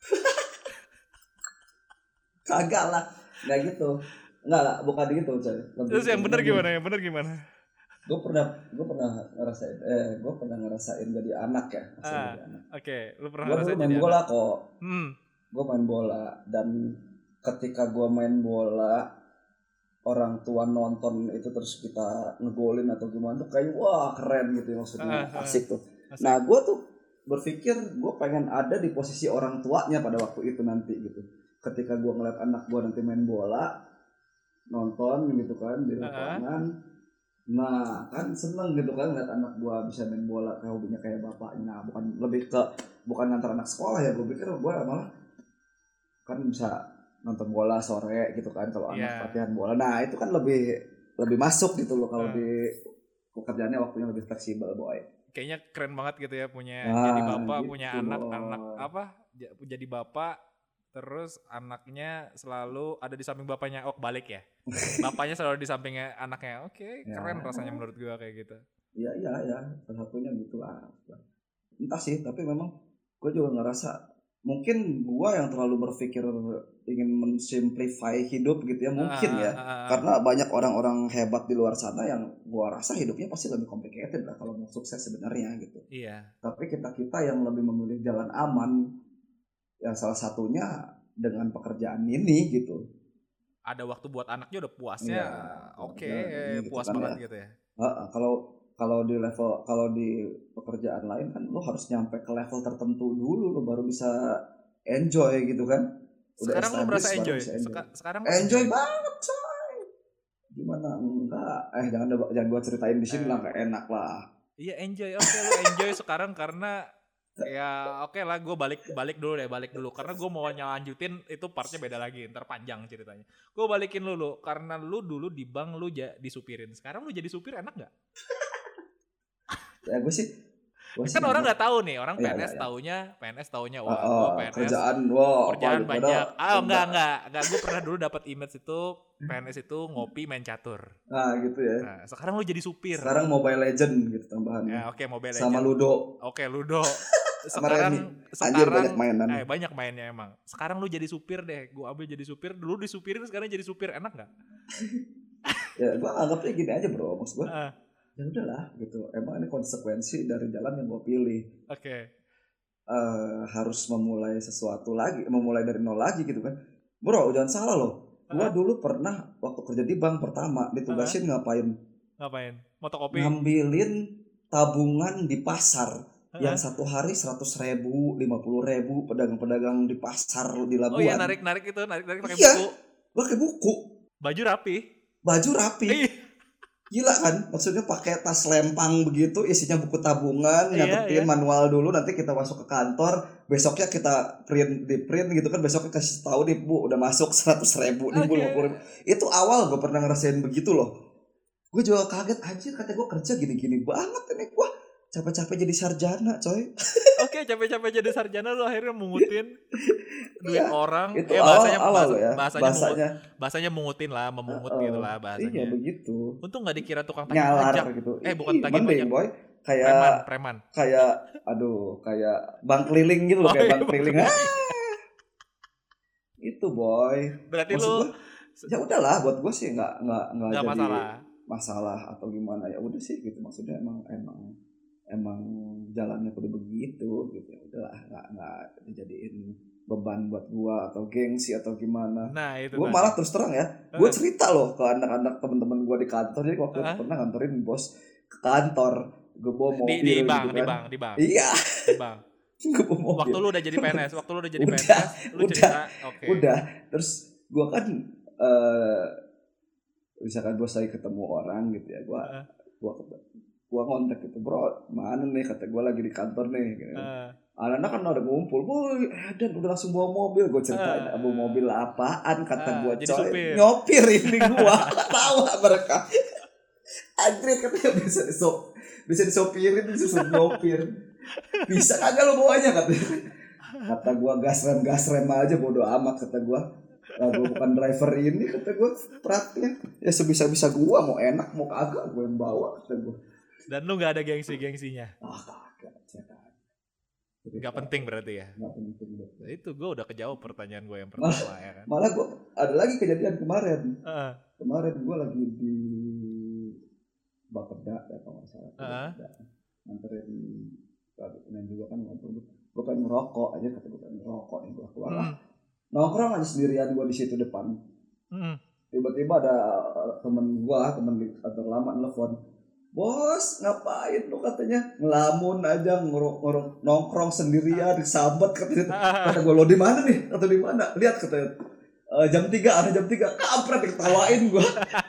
Kagak lah. Gak gitu. Enggak, bukan gitu coy. Terus yang benar gimana? Gue pernah ngerasain jadi anak ya. Oke. Lu pernah ngerasain jadi anak. Gue dulu main bola kok. Gue main bola. Dan ketika gue main bola, orang tua nonton itu terus kita ngegolin atau gimana tuh kayak wah keren gitu maksudnya. Asik tuh. Nah gue tuh berpikir gue pengen ada di posisi orang tuanya pada waktu itu nanti gitu. Ketika gue ngeliat anak gue nanti main bola, nonton gitu kan di lapangan. Nah kan seneng gitu kan ngeliat anak gua bisa main bola kayak hobinya kayak bapaknya. Bukan ngantar anak sekolah ya, gua pikir gua malah kan bisa nonton bola sore gitu kan kalau anak latihan bola. Nah itu kan lebih masuk gitu loh kalau di pekerjaannya waktunya lebih fleksibel boy. Kayaknya keren banget gitu ya punya jadi bapak gitu, punya anak jadi bapak. Terus anaknya selalu ada di samping bapaknya. Balik ya. Bapaknya selalu di sampingnya anaknya. Oke, keren rasanya menurut gue kayak gitu. Iya. Salah satunya gitulah. Entah sih, tapi memang gue juga ngerasa mungkin gue yang terlalu berpikir ingin mensimplify hidup gitu ya. Mungkin ya. Karena banyak orang-orang hebat di luar sana yang gue rasa hidupnya pasti lebih complicated lah kalau mau sukses sebenarnya gitu. Iya. Tapi kita yang lebih memilih jalan aman, yang salah satunya dengan pekerjaan ini gitu. Ada waktu buat anaknya udah puasnya, puas kan banget ya. gitu ya. Kalau di pekerjaan lain kan lo harus nyampe ke level tertentu dulu lo baru bisa enjoy gitu kan. Sekarang lo merasa enjoy? Sekarang enjoy banget coy. Gimana enggak? Jangan gua ceritain di sini lah, gak enak lah. Iya enjoy, lo enjoy sekarang karena ya lah gue balik dulu karena gue mau nyelanjutin itu partnya beda lagi, ntar panjang ceritanya. Gue balikin lu karena lu dulu di bank lu disupirin, sekarang lu jadi supir enak nggak? Ya gue sih kan orang nggak tahu nih, orang PNS taunya gue PNS kerjaan banyak. Enggak, gue pernah dulu dapat image itu PNS itu ngopi main catur. Gitu ya. Nah, sekarang lu jadi supir. Sekarang Mobile Legend gitu tambahannya. Ya, Mobile Legend. Sama Ludo. Ludo. Sekarang banyak mainan. Banyak mainnya emang. Sekarang lu jadi supir deh. Gue ambil jadi supir. Dulu disupirin, sekarang jadi supir. Enak nggak? Ya gue anggapnya gini aja bro. Maksud gue ya udahlah gitu. Emang ini konsekuensi dari jalan yang gue pilih. Oke. Harus memulai sesuatu lagi. Memulai dari nol lagi gitu kan. Bro jangan salah loh. Gue dulu pernah waktu kerja di bank pertama ditugasin ngapain? Fotokopi. Ngambilin tabungan di pasar. Yang satu hari 100.000, 50.000 pedagang-pedagang di pasar di Labuan. Oh iya narik pakai buku. Pakai buku. Baju rapi. Gila kan, maksudnya pakai tas lempang begitu, isinya buku tabungan, Iya, nyatetin iya. manual dulu, nanti kita masuk ke kantor, besoknya kita di print gitu kan, besoknya kasih tahu nih bu, udah masuk 100.000 nih bu, Oke. 50.000. Itu awal gue pernah ngerasain begitu loh. Gue juga kaget, anjir kata gue kerja gini-gini banget ini, gue capek-capek jadi sarjana coy. Oke, capek-capek jadi sarjana lu akhirnya mungutin duit Iya, orang. itu awal-awal Bahasa loh ya, bahasanya bahasanya. bahasanya mungutin lah, memungut eh, gitu lah iya bahasanya. begitu, Untung nggak dikira tukang tagih nyalar pajak. gitu. Bukan Ih, tagih mending pajak, boy, kayak preman. kayak aduh kayak bank keliling gitu loh, Oh kayak iya, bank Bang keliling. Keliling. Itu boy, Berarti maksud lu gua ya udahlah, buat gua sih nggak nggak jadi masalah. masalah atau gimana, ya udah sih gitu, maksudnya emang jalannya udah begitu gitu, ya udahlah, nggak dijadiin beban buat gua atau gengsi atau gimana. Nah, itu Gua tadi. malah terus terang ya, gua Heeh. cerita loh ke anak-anak teman-teman gua di kantor. Jadi waktu itu Heeh. pernah nganterin bos ke kantor, gue bawa Di mobil gitu bank, di kan. bank, di bank. Iya. Di bank. Gue bawa Waktu mobil. lu udah jadi PNS, udah lu udah cerita, oke. udah terus gue kan eh misalkan gue lagi ketemu orang gitu ya, Heeh. gua ngontak gitu, bro mana nih, kata gue lagi di kantor nih gitu. Heeh. Anak-anak kan udah ngumpul, boy dan udah langsung bawa mobil. Gue ceritain, bawa mobil apaan, kata gue Jadi coy, supir. nyopir ini gue. Tawa mereka, anjir katanya bisa disopirin, disuruh nyopir, bisa kagak lo bawanya, kata gue gas rem aja bodo amat, kata gue. Gue bukan driver ini, kata gue, praknya ya sebisa gue, mau enak mau kagak gue yang bawa, kata gue. Dan lu nggak ada gengsinya. Kagak, Nggak penting berarti ya. nggak penting. Itu gue udah kejawab pertanyaan gue yang pertama ya kan. Malah gue ada lagi kejadian kemarin. Heeh. Kemarin gue lagi di Bapeda ya kalau nggak salah. Nganterin dan juga kan ngobrol. Gue pengen ngerokok aja, kata gue pengen ngerokok nih, gue keluar lah. Nongkrong aja sendirian gue di situ depan. Tiba-tiba ada temen kantor lama nelfon, bos ngapain lu, katanya ngelamun aja, nongkrong sendirian disambat, katanya. Kata gue, lo di mana nih, atau di mana, lihat, katanya jam 3, ada jam 3, kampret, diketawain gue.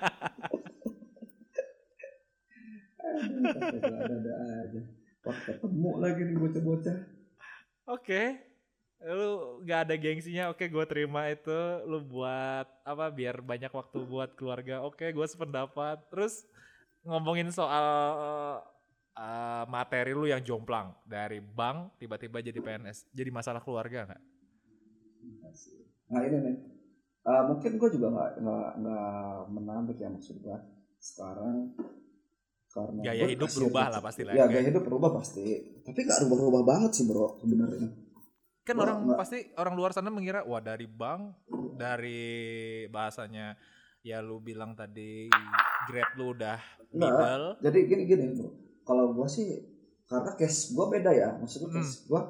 Ada aja. Wah, ketemu lagi nih bocah-bocah. Oke. Lu gak ada gengsinya, oke gue terima itu. Lu buat apa, biar banyak waktu buat keluarga. Oke, gue sependapat. Terus ngomongin soal materi lu yang jomplang. Dari bank tiba-tiba jadi PNS. Jadi masalah keluarga gak? Nah ini nih, mungkin gue juga nggak menampik ya, maksud gue sekarang karena gaya hidup berubah lah pasti lah. Ya gaya hidup berubah pasti, tapi nggak rubah-rubah banget sih bro sebenarnya. Kan pasti orang luar sana mengira, wah dari bank, dari bahasanya ya lu bilang tadi grade lu udah middle. Jadi gini bro, kalau gue sih karena case gue beda ya, maksudnya case gue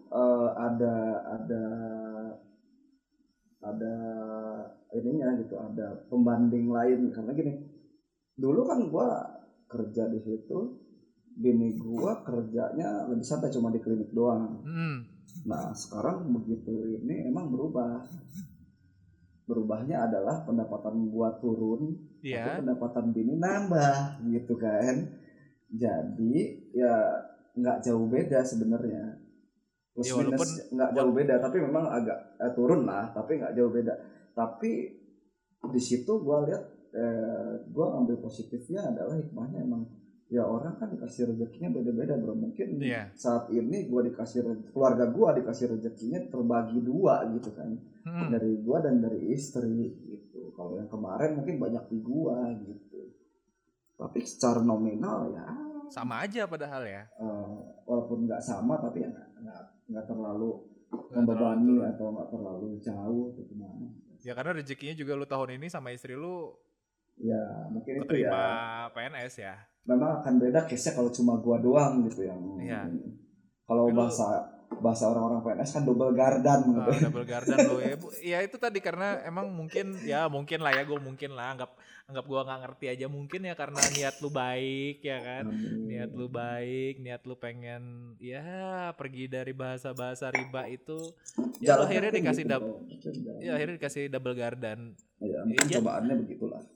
ada ininya gitu, ada pembanding lain. Karena gini, dulu kan gue kerja di situ, bini gue kerjanya lebih santai, cuma di klinik doang. Nah sekarang begitu ini emang berubahnya adalah pendapatan gue turun, tapi pendapatan bini nambah gitu kan. Jadi ya nggak jauh beda sebenarnya, plus ya, minus nggak jauh beda, tapi memang agak turun lah, tapi nggak jauh beda. Tapi di situ gue lihat, gue ambil positifnya adalah hikmahnya, emang ya orang kan dikasih rezekinya beda-beda bro. Mungkin saat ini keluarga gue dikasih rezekinya terbagi dua gitu kan, dari gue dan dari istri gitu. Kalau yang kemarin mungkin banyak di gue gitu, tapi secara nominal ya sama aja padahal ya. Walaupun nggak sama, tapi ya nggak terlalu membebani atau nggak terlalu jauh atau gimana. Ya karena rezekinya juga lu tahun ini sama istri lu ya mungkin keterima itu ya PNS ya. Memang akan beda case-nya kalau cuma gua doang gitu yang. Kalau bahasa orang-orang PNS kan double gardan gitu. Double gardan lo ya. Ya itu tadi karena emang mungkin lah ya, gue mungkin lah anggap gue nggak ngerti aja, mungkin ya karena niat lu baik ya kan. Niat lu baik, niat lu pengen ya pergi dari bahasa-bahasa riba itu. Ya akhirnya dikasih akhirnya dikasih double gardan. Ya mungkin cobaannya begitulah.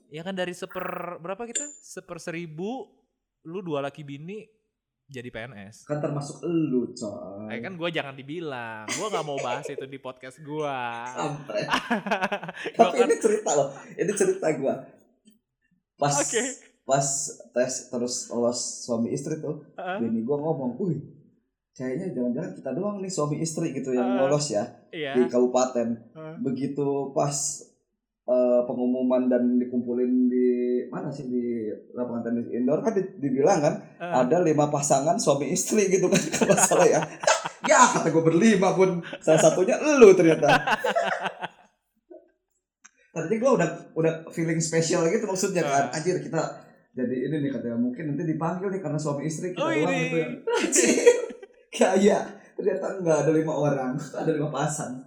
Ya kan dari berapa kita? 1/1000 lu 2 laki bini jadi PNS. Kan termasuk elu coy. Kan gue jangan dibilang. Gue gak mau bahas itu di podcast gue. Kampret. Gue Tapi kan ini cerita loh. Ini cerita gue. Pas Oke. pas tes terus lolos suami istri tuh, bini gue ngomong, "Wih, kayaknya jangan-jangan kita doang nih suami istri gitu yang lolos ya iya. di kabupaten." Begitu pas pengumuman dan dikumpulin di mana sih di lapangan tenis indoor kan dibilang kan ada 5 pasangan suami istri gitu kan kalau salah ya. Ya kata gue berlima pun salah satunya elu ternyata. Tadinya gue udah feeling spesial gitu maksudnya kan. Anjir kita jadi ini nih katanya mungkin nanti dipanggil nih karena suami istri kita doang gitu ya. Anjir. Kayak ternyata enggak ada 5 orang, ada 5 pasang.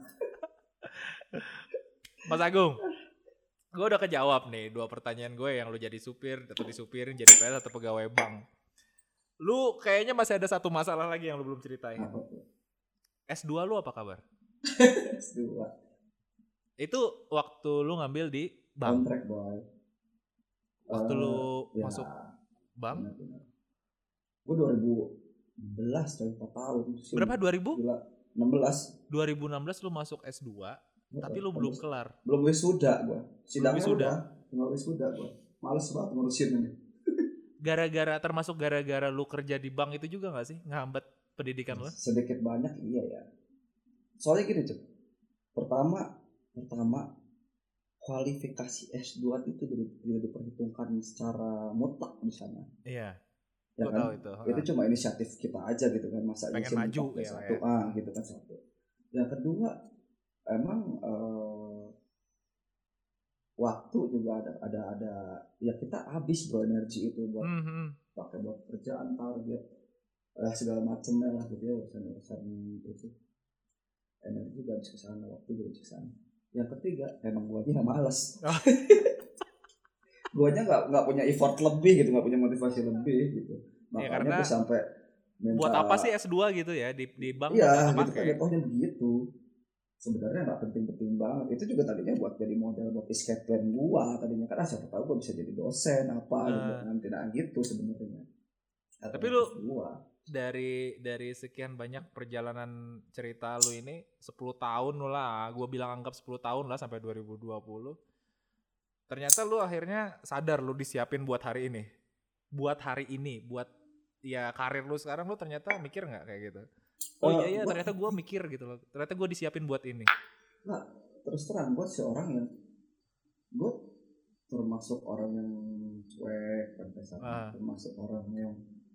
Mas Agung, gue udah kejawab nih 2 pertanyaan gue yang lu jadi supir atau disupirin jadi PNS atau pegawai bank. Lu kayaknya masih ada satu masalah lagi yang lu belum ceritain. S2 lu apa kabar? S2. Itu waktu lu ngambil di bank. Kontrak boy. Waktu lu masuk bank? Benar. Gue 2011 coy, 4 tahun. Berapa 2016. 2016 lu masuk S2. Tapi lu belum kelar. Belum wisuda gue. Sidangnya wisuda. Belum wisuda gue. Males banget ngurusin ini. Gara-gara lu kerja di bank itu juga gak sih? Ngehambat pendidikan lu? Sedikit banyak iya ya. Soalnya gini Cuk. Pertama kualifikasi S2 itu tidak diperhitungkan secara mutlak di sana. Iya. Ya gue kan? tahu itu. Itu cuma inisiatif kita aja gitu kan. Masa pengen maju ya. gitu kan satu. Yang kedua emang waktu juga ada ya kita habis bro energi itu buat pakai buat kerjaan target segala macamnya lah gitu ya urusan itu energi juga habis kesana waktu juga habis kesana. Yang ketiga emang guanya malas. Guanya nggak punya effort lebih gitu, nggak punya motivasi lebih gitu. Makanya tuh sampai buat apa sih S2 gitu ya di bank? Iya gitu kan jatuhnya begitu. Sebenarnya nggak penting-penting banget. Itu juga tadinya buat jadi model buat escape plan gua tadinya kan siapa tahu gua bisa jadi dosen apa gitu nanti gitu sebenarnya. Tapi lu dari sekian banyak perjalanan cerita lu ini 10 tahun lah, gua bilang anggap 10 tahun lah sampai 2020. Ternyata lu akhirnya sadar lu disiapin buat hari ini. Buat ya karir lu sekarang lu ternyata mikir nggak kayak gitu? Oh iya ternyata gue mikir gitu loh. Ternyata gue disiapin buat ini. Nah terus terang gue seorang yang gue termasuk orang yang cuek sampai sana, termasuk orang yang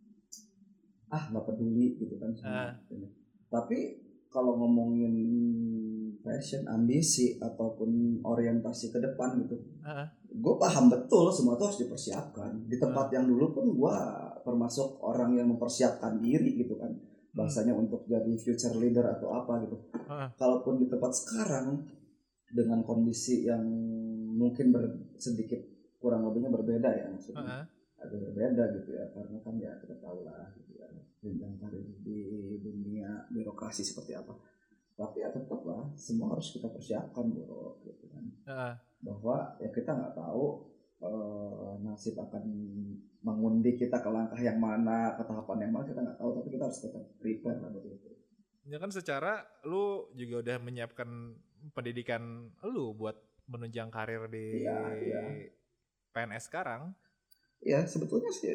nggak peduli gitu kan sama tapi kalau ngomongin passion, ambisi ataupun orientasi ke depan gitu, gue paham betul semua itu harus dipersiapkan. Di tempat yang dulu pun gue termasuk orang yang mempersiapkan diri gitu kan. Bahasanya untuk jadi future leader atau apa gitu. Kalaupun di tempat sekarang dengan kondisi yang mungkin sedikit kurang lebihnya berbeda ya maksudnya. Agak berbeda gitu ya karena kan ya kita tahu lah gitu ya jenjang karir di dunia birokrasi seperti apa. Tapi ya tetap lah semua harus kita persiapkan bro gitu kan. Bahwa ya kita nggak tahu nasib akan mengundi kita ke langkah yang mana, ke tahapan yang mana kita nggak tahu, tapi kita harus tetap prepare lah buat itu. Ya kan secara lu juga udah menyiapkan pendidikan lu buat menunjang karir di PNS sekarang. Ya sebetulnya sih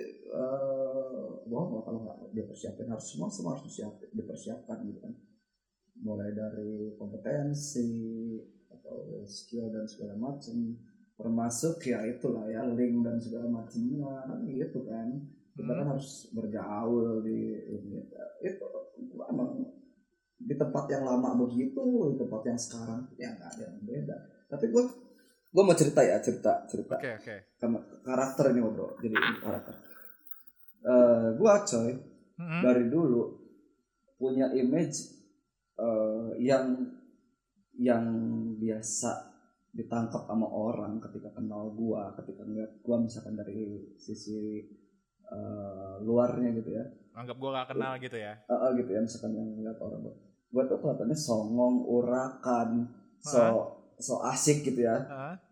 bohong kalau nggak dipersiapkan, semua harus dipersiapkan gitu kan. Mulai dari kompetensi atau skill dan segala macam, termasuk ya itulah ya link dan segala macamnya kan gitu kan. Kita kan harus bergaul di itu emang di tempat yang lama begitu, di tempat yang sekarang ya nggak ada yang beda. Tapi gue mau cerita. Oke. Karakter ini bro, jadi karakter. Gue coy dari dulu punya image yang biasa ditangkap sama orang ketika kenal gua, ketika ngeliat gua misalkan dari sisi luarnya gitu ya. Anggap gua gak kenal gitu ya. Gitu ya, misalkan yang ngeliat orang gua tuh kelihatannya songong, urakan, so asik gitu ya.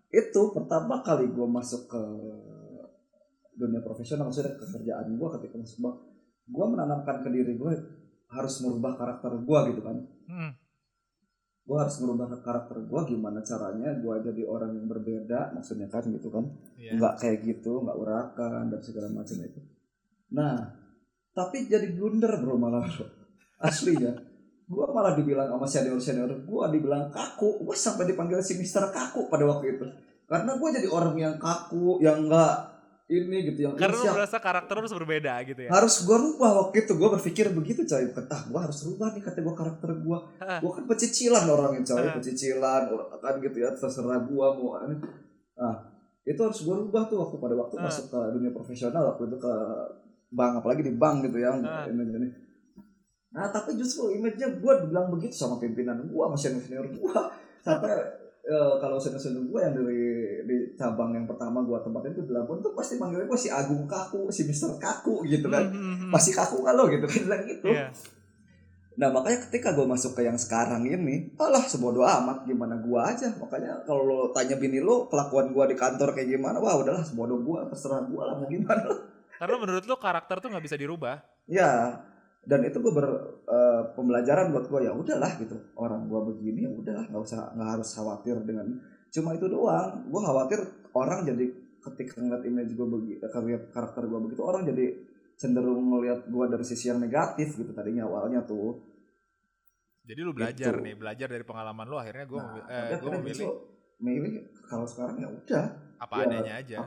itu pertama kali gue masuk ke dunia profesional, maksudnya ke kerjaan gue ketika masuk bank, gue menanamkan ke diri gue harus merubah karakter gue gitu kan. Gue harus merubah karakter gue, gimana caranya gue jadi orang yang berbeda, maksudnya kan gitu kan. Nggak kayak gitu, nggak urakan dan segala macam itu. Nah tapi jadi blunder bro, malah bro. Aslinya gue malah dibilang sama senior gue, dibilang kaku. Gue sampai dipanggil si Mister Kaku pada waktu itu, karena gue jadi orang yang kaku, yang nggak ini gitu, yang karena lu merasa karakter harus berbeda gitu ya. Harus gue rubah waktu itu, gue berpikir begitu coy. Gue harus rubah nih, kata gue, karakter gue. Gue kan pecicilan orangnya coy, pecicilan kan gitu ya, terserah gue mau. Nah itu harus gue rubah tuh pada waktu masuk ke dunia profesional, waktu itu ke bank, apalagi di bank gitu ya. Ini. Nah tapi justru image-nya gue dibilang begitu sama pimpinan gue, sama senior gue. Sampai kalau senior gue yang di cabang yang pertama gue tempatin itu di Lampung tuh pasti manggilnya gue si Agung Kaku, si Mister Kaku gitu kan. Masih kaku kan lo gitu kan, bilang gitu. Nah makanya ketika gue masuk ke yang sekarang ini, alah sebodoh amat, gimana gue aja. Makanya kalau lo tanya bini lo kelakuan gue di kantor kayak gimana, wah udahlah sebodoh gue, terserah gue lah mau gimana. Karena menurut lo karakter tuh nggak bisa dirubah. Ya. Dan itu gue pembelajaran buat gue, ya udahlah gitu, orang gue begini ya udahlah, nggak harus khawatir dengan cuma itu doang. Gue khawatir orang jadi ketika ngeliat image gue begitu, karakter gue begitu, orang jadi cenderung ngeliat gue dari sisi yang negatif gitu tadinya awalnya tuh. Jadi lu belajar gitu. Belajar dari pengalaman lu, akhirnya gue memilih kalau sekarang ya udah apa adanya aja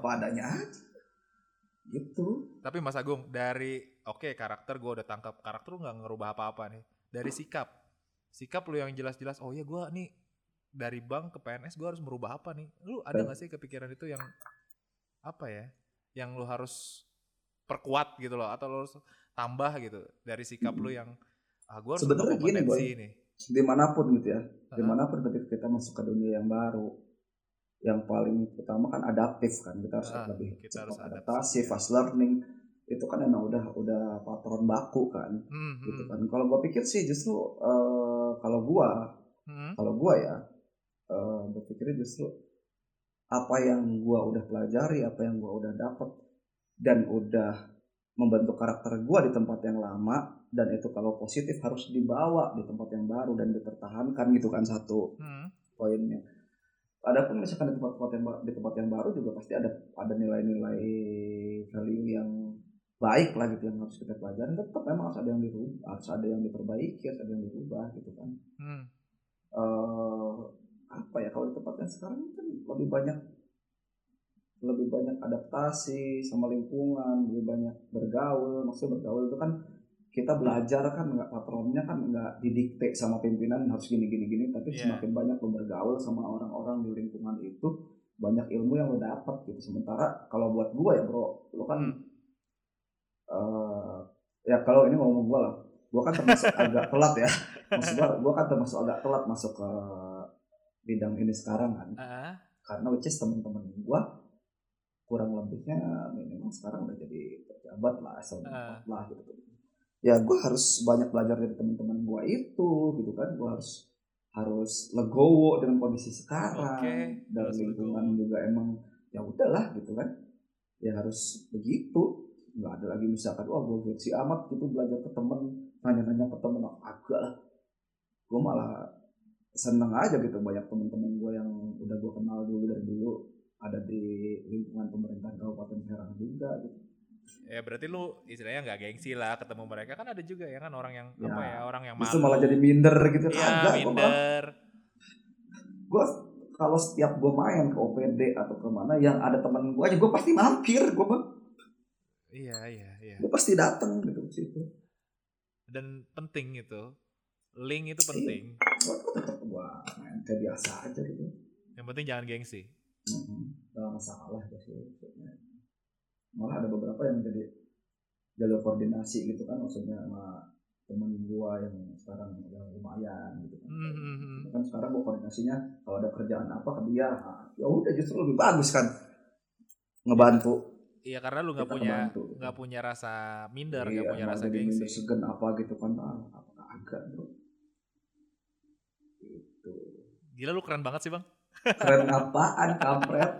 gitu. Tapi Mas Agung, dari karakter gue udah tangkap, karakter lu gak ngerubah apa-apa nih. Dari sikap lu yang jelas-jelas, oh ya gue nih dari bank ke PNS gue harus merubah apa nih. Lu ada gak sih kepikiran itu yang apa ya, yang lu harus perkuat gitu loh, atau lu harus tambah gitu dari sikap lu yang gue harus sebenarnya gini boy, dimanapun gitu ya, dimanapun ketika kita masuk ke dunia yang baru, yang paling utama kan adaptif kan, kita harus lebih cepat adaptasi, fast learning. Itu kan emang udah patron baku kan, gitu kan. Kalau gue pikir sih justru kalau gue ya berpikirnya justru apa yang gue udah pelajari, apa yang gue udah dapat dan udah membentuk karakter gue di tempat yang lama, dan itu kalau positif harus dibawa di tempat yang baru dan dipertahankan gitu kan, satu poinnya. Adapun misalkan di tempat yang baru juga pasti ada nilai-nilai value yang baik lah gitu yang harus kita pelajari. Tetap memang harus ada yang dirubah, harus ada yang diperbaiki, harus ada yang dirubah gitu kan. Apa ya, kalau di tempat yang sekarang kan lebih banyak adaptasi sama lingkungan, lebih banyak bergaul. Maksudnya bergaul itu kan kita belajar kan, nggak, patronnya kan nggak didikte sama pimpinan harus gini, tapi semakin banyak lo bergaul sama orang-orang di lingkungan itu, banyak ilmu yang lo dapat gitu. Sementara kalau buat gue ya bro, lo kan ya kalau ini ngomong gue lah, gue kan termasuk agak telat ya. Maksudnya gue kan termasuk agak telat masuk ke bidang ini sekarang kan, karena which is teman-teman gue kurang lebihnya minimal sekarang udah jadi pejabat lah, lah gitu. Ya gue harus banyak belajar dari teman-teman gue itu gitu kan. Gue harus legowo dengan kondisi sekarang, dan lingkungan juga emang ya udahlah gitu kan, ya harus begitu. Nggak ada lagi misalkan wah gue gengsi amat gitu belajar ke temen, nanya-nanya ke temen, agak lah. Gue malah seneng aja gitu, banyak teman-teman gue yang udah gue kenal dari dulu ada di lingkungan pemerintahan Kabupaten Serang juga gitu. Ya berarti lu istilahnya nggak gengsi lah ketemu mereka, kan ada juga ya kan orang yang orang yang malu. Justru malah jadi minder gitu. Iya, minder. Gue kalau setiap gue main ke OPD atau kemana yang ada teman gue aja, gue pasti mampir gue bang. Iya. Gue pasti datang gitu situ. Dan penting itu, link itu penting. Gue main kayak biasa aja gitu. Yang penting jangan gengsi. Gak masalah sih. Malah ada beberapa yang jadi jalur koordinasi gitu kan, maksudnya sama temen gua yang sekarang yang lumayan gitu kan. Kan sekarang gua koordinasinya kalau ada kerjaan apa ke dia, ya udah justru lebih bagus kan, ngebantu. Iya karena lu nggak punya rasa minder, nggak punya rasa gengsi. Minder segen apa gitu kan, apa agak bro. Gitu. Gila lu keren banget sih bang. Keren apaan, kampret?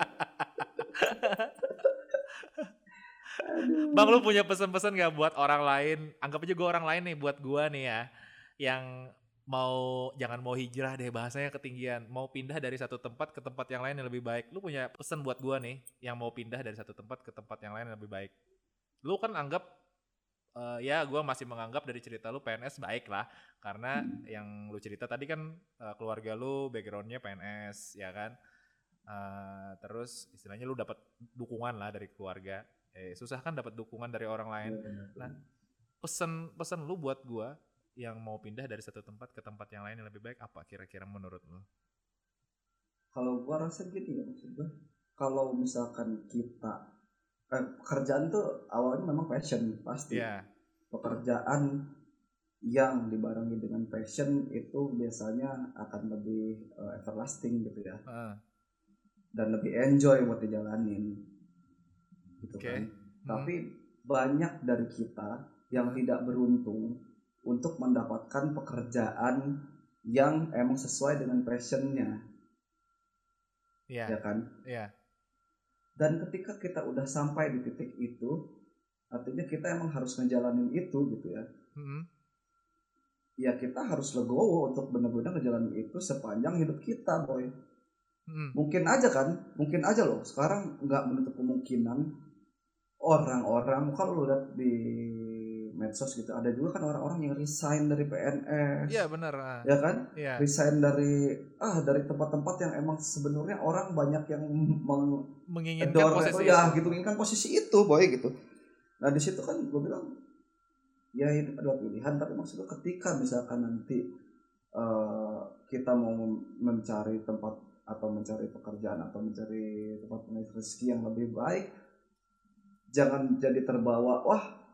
Bang, lu Aduh. punya pesan-pesan gak buat orang lain? Anggap aja gue orang lain nih, buat gue nih ya, yang jangan mau hijrah deh, bahasanya ketinggian, mau pindah dari satu tempat ke tempat yang lain yang lebih baik. Lu punya pesan buat gue nih, yang mau pindah dari satu tempat ke tempat yang lain yang lebih baik. Lu kan anggap, ya gue masih menganggap dari cerita lu PNS baik lah, karena yang lu cerita tadi kan keluarga lu backgroundnya PNS, ya kan? Terus istilahnya lu dapat dukungan lah dari keluarga. Susah kan dapat dukungan dari orang lain. Nah, pesan lu buat gua yang mau pindah dari satu tempat ke tempat yang lain yang lebih baik apa kira-kira menurut lu? Kalau gua rasa gini ya, maksud gua, kalau misalkan kita pekerjaan tuh awalnya memang passion pasti. Iya. Pekerjaan yang dibarengi dengan passion itu biasanya akan lebih everlasting gitu ya, dan lebih enjoy buat dijalanin gitu kan. Tapi banyak dari kita yang tidak beruntung untuk mendapatkan pekerjaan yang emang sesuai dengan passionnya. Ya kan? Iya. Dan ketika kita udah sampai di titik itu, artinya kita emang harus ngejalanin itu gitu ya. Ya kita harus legowo untuk benar-benar ngejalanin itu sepanjang hidup kita, boy. Mungkin aja loh. Sekarang nggak menutup kemungkinan orang-orang, kalau lu lihat di medsos gitu, ada juga kan orang-orang yang resign dari PNS. Iya benar. Ya kan? Iya. Resign dari tempat-tempat yang emang sebenarnya orang banyak yang menginginkan posisi itu. gitu, menginginkan posisi itu, boy gitu. Nah di situ kan gue bilang, ya ini adalah pilihan, tapi maksudnya ketika misalkan nanti kita mau mencari tempat atau mencari pekerjaan atau mencari tempat pengais rezeki yang lebih baik, jangan jadi terbawa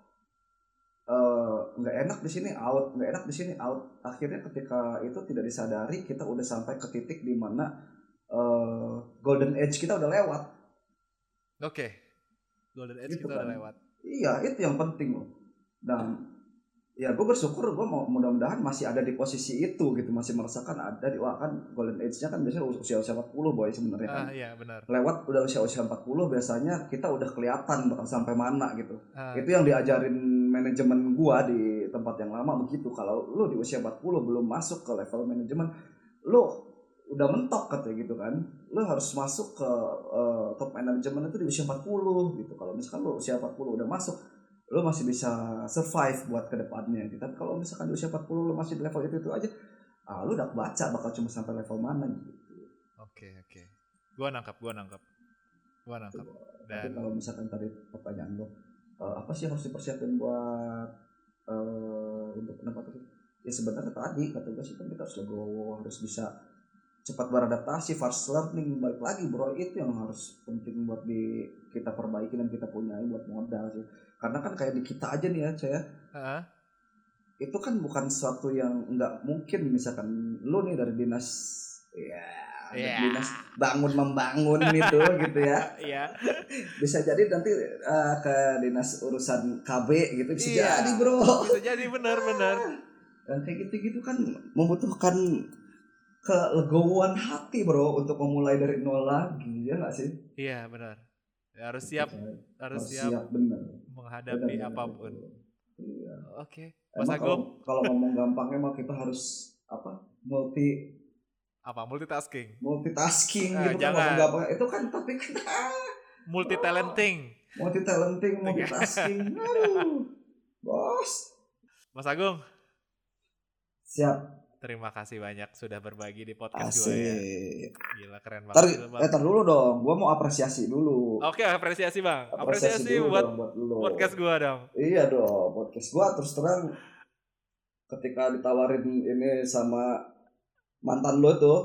nggak enak di sini out, nggak enak di sini out. Akhirnya ketika itu tidak disadari, kita udah sampai ke titik di mana golden age kita udah lewat. Oke. Golden age gitu kita kan udah lewat. Iya, itu yang penting loh. Dan ya gue bersyukur, gue mudah-mudahan masih ada di posisi itu gitu, masih merasakan ada di, wah kan golden age-nya kan biasanya usia 40 boy sebenarnya kan. Iya benar. Lewat udah usia 40 biasanya kita udah kelihatan bakal sampai mana gitu. Itu yang diajarin manajemen gua di tempat yang lama begitu. Kalau lu di usia 40 belum masuk ke level manajemen, lu udah mentok katanya gitu kan. Lu harus masuk ke top manajemen itu di usia 40 gitu. Kalau misalkan lu usia 40 udah masuk, lu masih bisa survive buat kedepannya gitu. Tapi kalau misalkan di usia 40 lu masih di level itu aja, lu udah baca bakal cuma sampai level mana gitu. Oke. Gua nangkap. Dan tapi kalau misalkan tadi pertanyaan lo, apa sih yang harus dipersiapin buat untuk penempatan itu? Ya sebenarnya tadi kata gue sih kan kita harus legowo, harus bisa cepat beradaptasi, fast learning, balik lagi bro, itu yang harus penting buat kita perbaiki dan kita punyai buat modal sih. Karena kan kayak di kita aja nih ya Caya, itu kan bukan sesuatu yang nggak mungkin. Misalkan lu nih dari dinas dinas bangun membangun gitu ya. Bisa jadi nanti ke dinas urusan KB gitu, bisa jadi bro. Bisa jadi benar. Dan kayak gitu kan membutuhkan kelegowoan hati bro untuk memulai dari nol lagi, ya nggak sih? Iya benar. Harus siap benar menghadapi apapun. Iya. Oke. Mas Agung, kalau ngomong gampang emang kita harus multitasking gitu kan, ngomong gampang itu kan, tapi kan multi-talenting, multitasking. Aduh, bos. Mas Agung, siap. Terima kasih banyak sudah berbagi di podcast gue ya. Gila keren banget. Ntar dulu dong, gue mau apresiasi dulu. Oke, apresiasi bang. Apresiasi buat podcast gue dong. Iya dong, podcast gue terus terang ketika ditawarin ini sama mantan lo tuh.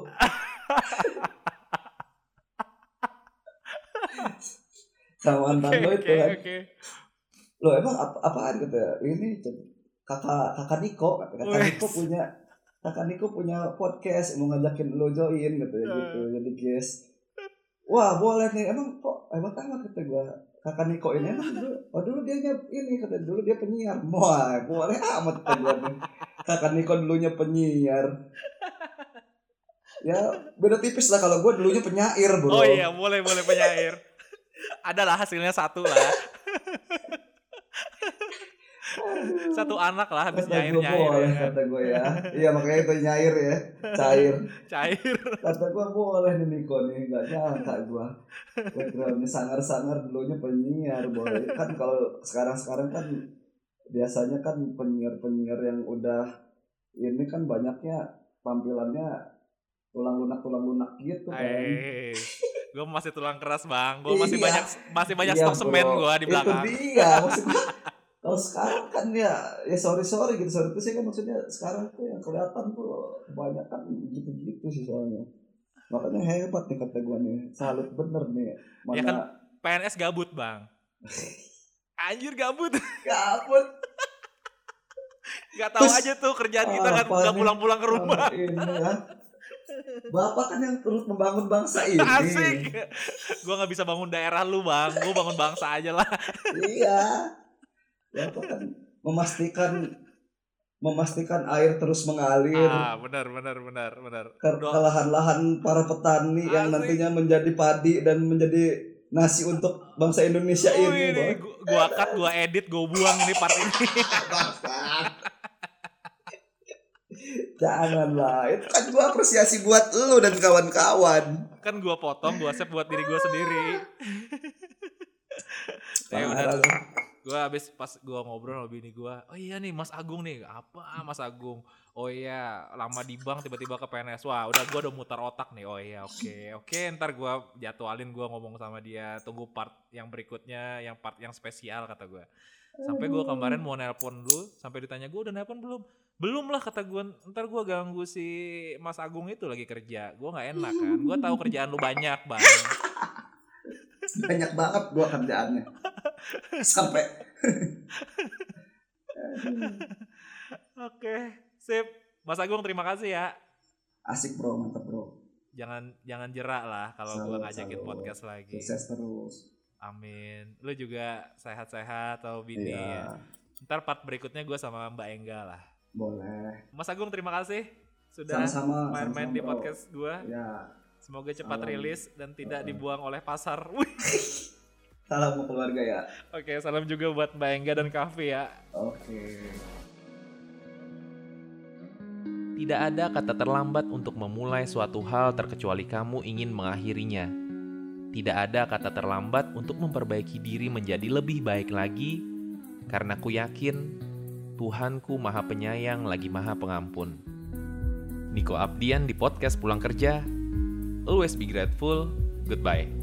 Sama mantan lo itu kan. Lo emang apaan gitu ya? Ini kakak Niko, kakak Niko punya podcast, mau ngajakin lo join gitu ya gitu. Jadi guys, wah boleh nih. Emang tamat kata gue, kakak Niko ini emang dulu dia ini kata, dulu dia penyiar. Wah boleh amat kata gue nih, kakak Niko dulunya penyiar. Ya beda tipis lah, kalau gue dulunya penyair bro. Oh iya, boleh penyair. Adalah hasilnya satu lah. Satu anak lah habis Kata nyair gue boleh, ya. kata gue ya. Iya makanya itu nyair ya, cair. Kata gue boleh nih Niko nih, nggak nyangka gue. Backgroundnya sangar-sangar, dulunya penyiar boy. Kan kalau sekarang kan biasanya kan penyiar yang udah ini kan banyaknya tampilannya tulang lunak gitu kan. Gue masih tulang keras bang, gue masih banyak stok semen gue di belakang. Itu dia maksud gue. Kalau sekarang kan ya sorry gitu, sorry itu sih kan maksudnya sekarang tuh yang kelihatan tuh kebanyakan gitu sih soalnya. Makanya hebat nih kata gue nih, salut bener nih. Mana... Ya kan PNS gabut bang. Anjir gabut. Gak tahu aja tuh kerjaan kita nggak pulang-pulang ke rumah. Ini ya. Bapak kan yang terus membangun bangsa ini. Asik. Gue nggak bisa bangun daerah lu bang, gue bangun bangsa aja lah. Iya. Bapak kan memastikan air terus mengalir. Benar. Ke lahan-lahan para petani yang nantinya menjadi padi dan menjadi nasi untuk bangsa Indonesia ini. Gua edit, gua buang ini part ini. Janganlah, itu kan gua apresiasi buat lu dan kawan-kawan. Kan gua potong, gua save buat diri gua sendiri. Gua habis pas gua ngobrol sama bini gua, oh iya nih Mas Agung nih, apa Mas Agung? Oh iya, lama di bank tiba-tiba ke PNS. Wah, gua udah mutar otak nih. Oh iya, oke, ntar gua jadwalin, gua ngomong sama dia, tunggu part yang berikutnya, yang part yang spesial kata gua. Sampai gua kemarin mau nelpon lu, sampai ditanya gua udah nelpon belum? Belum lah kata gua, ntar gua ganggu si Mas Agung itu lagi kerja. Gua enggak enak kan. Gua tahu kerjaan lu banyak, Bang. Banyak banget gua kerjaannya. Sampai Oke, sip. Mas Agung terima kasih ya. Asik bro, mantap bro. Jangan jerak lah kalau gua ngajakin podcast lagi. Sukses terus. Amin. Lu juga sehat-sehat atau bini ya. Ntar part berikutnya gua sama Mbak Engga lah. Boleh. Mas Agung terima kasih sudah main-main di podcast gua. Ya. Semoga cepat rilis dan tidak dibuang oleh pasar. Salam buat keluarga ya. Oke, salam juga buat Mbak Engga dan Kavi ya. Oke. Tidak ada kata terlambat untuk memulai suatu hal terkecuali kamu ingin mengakhirinya. Tidak ada kata terlambat untuk memperbaiki diri menjadi lebih baik lagi, karena ku yakin Tuhanku Maha Penyayang lagi Maha Pengampun. Niko Abdian di podcast Pulang Kerja. Always be grateful. Goodbye.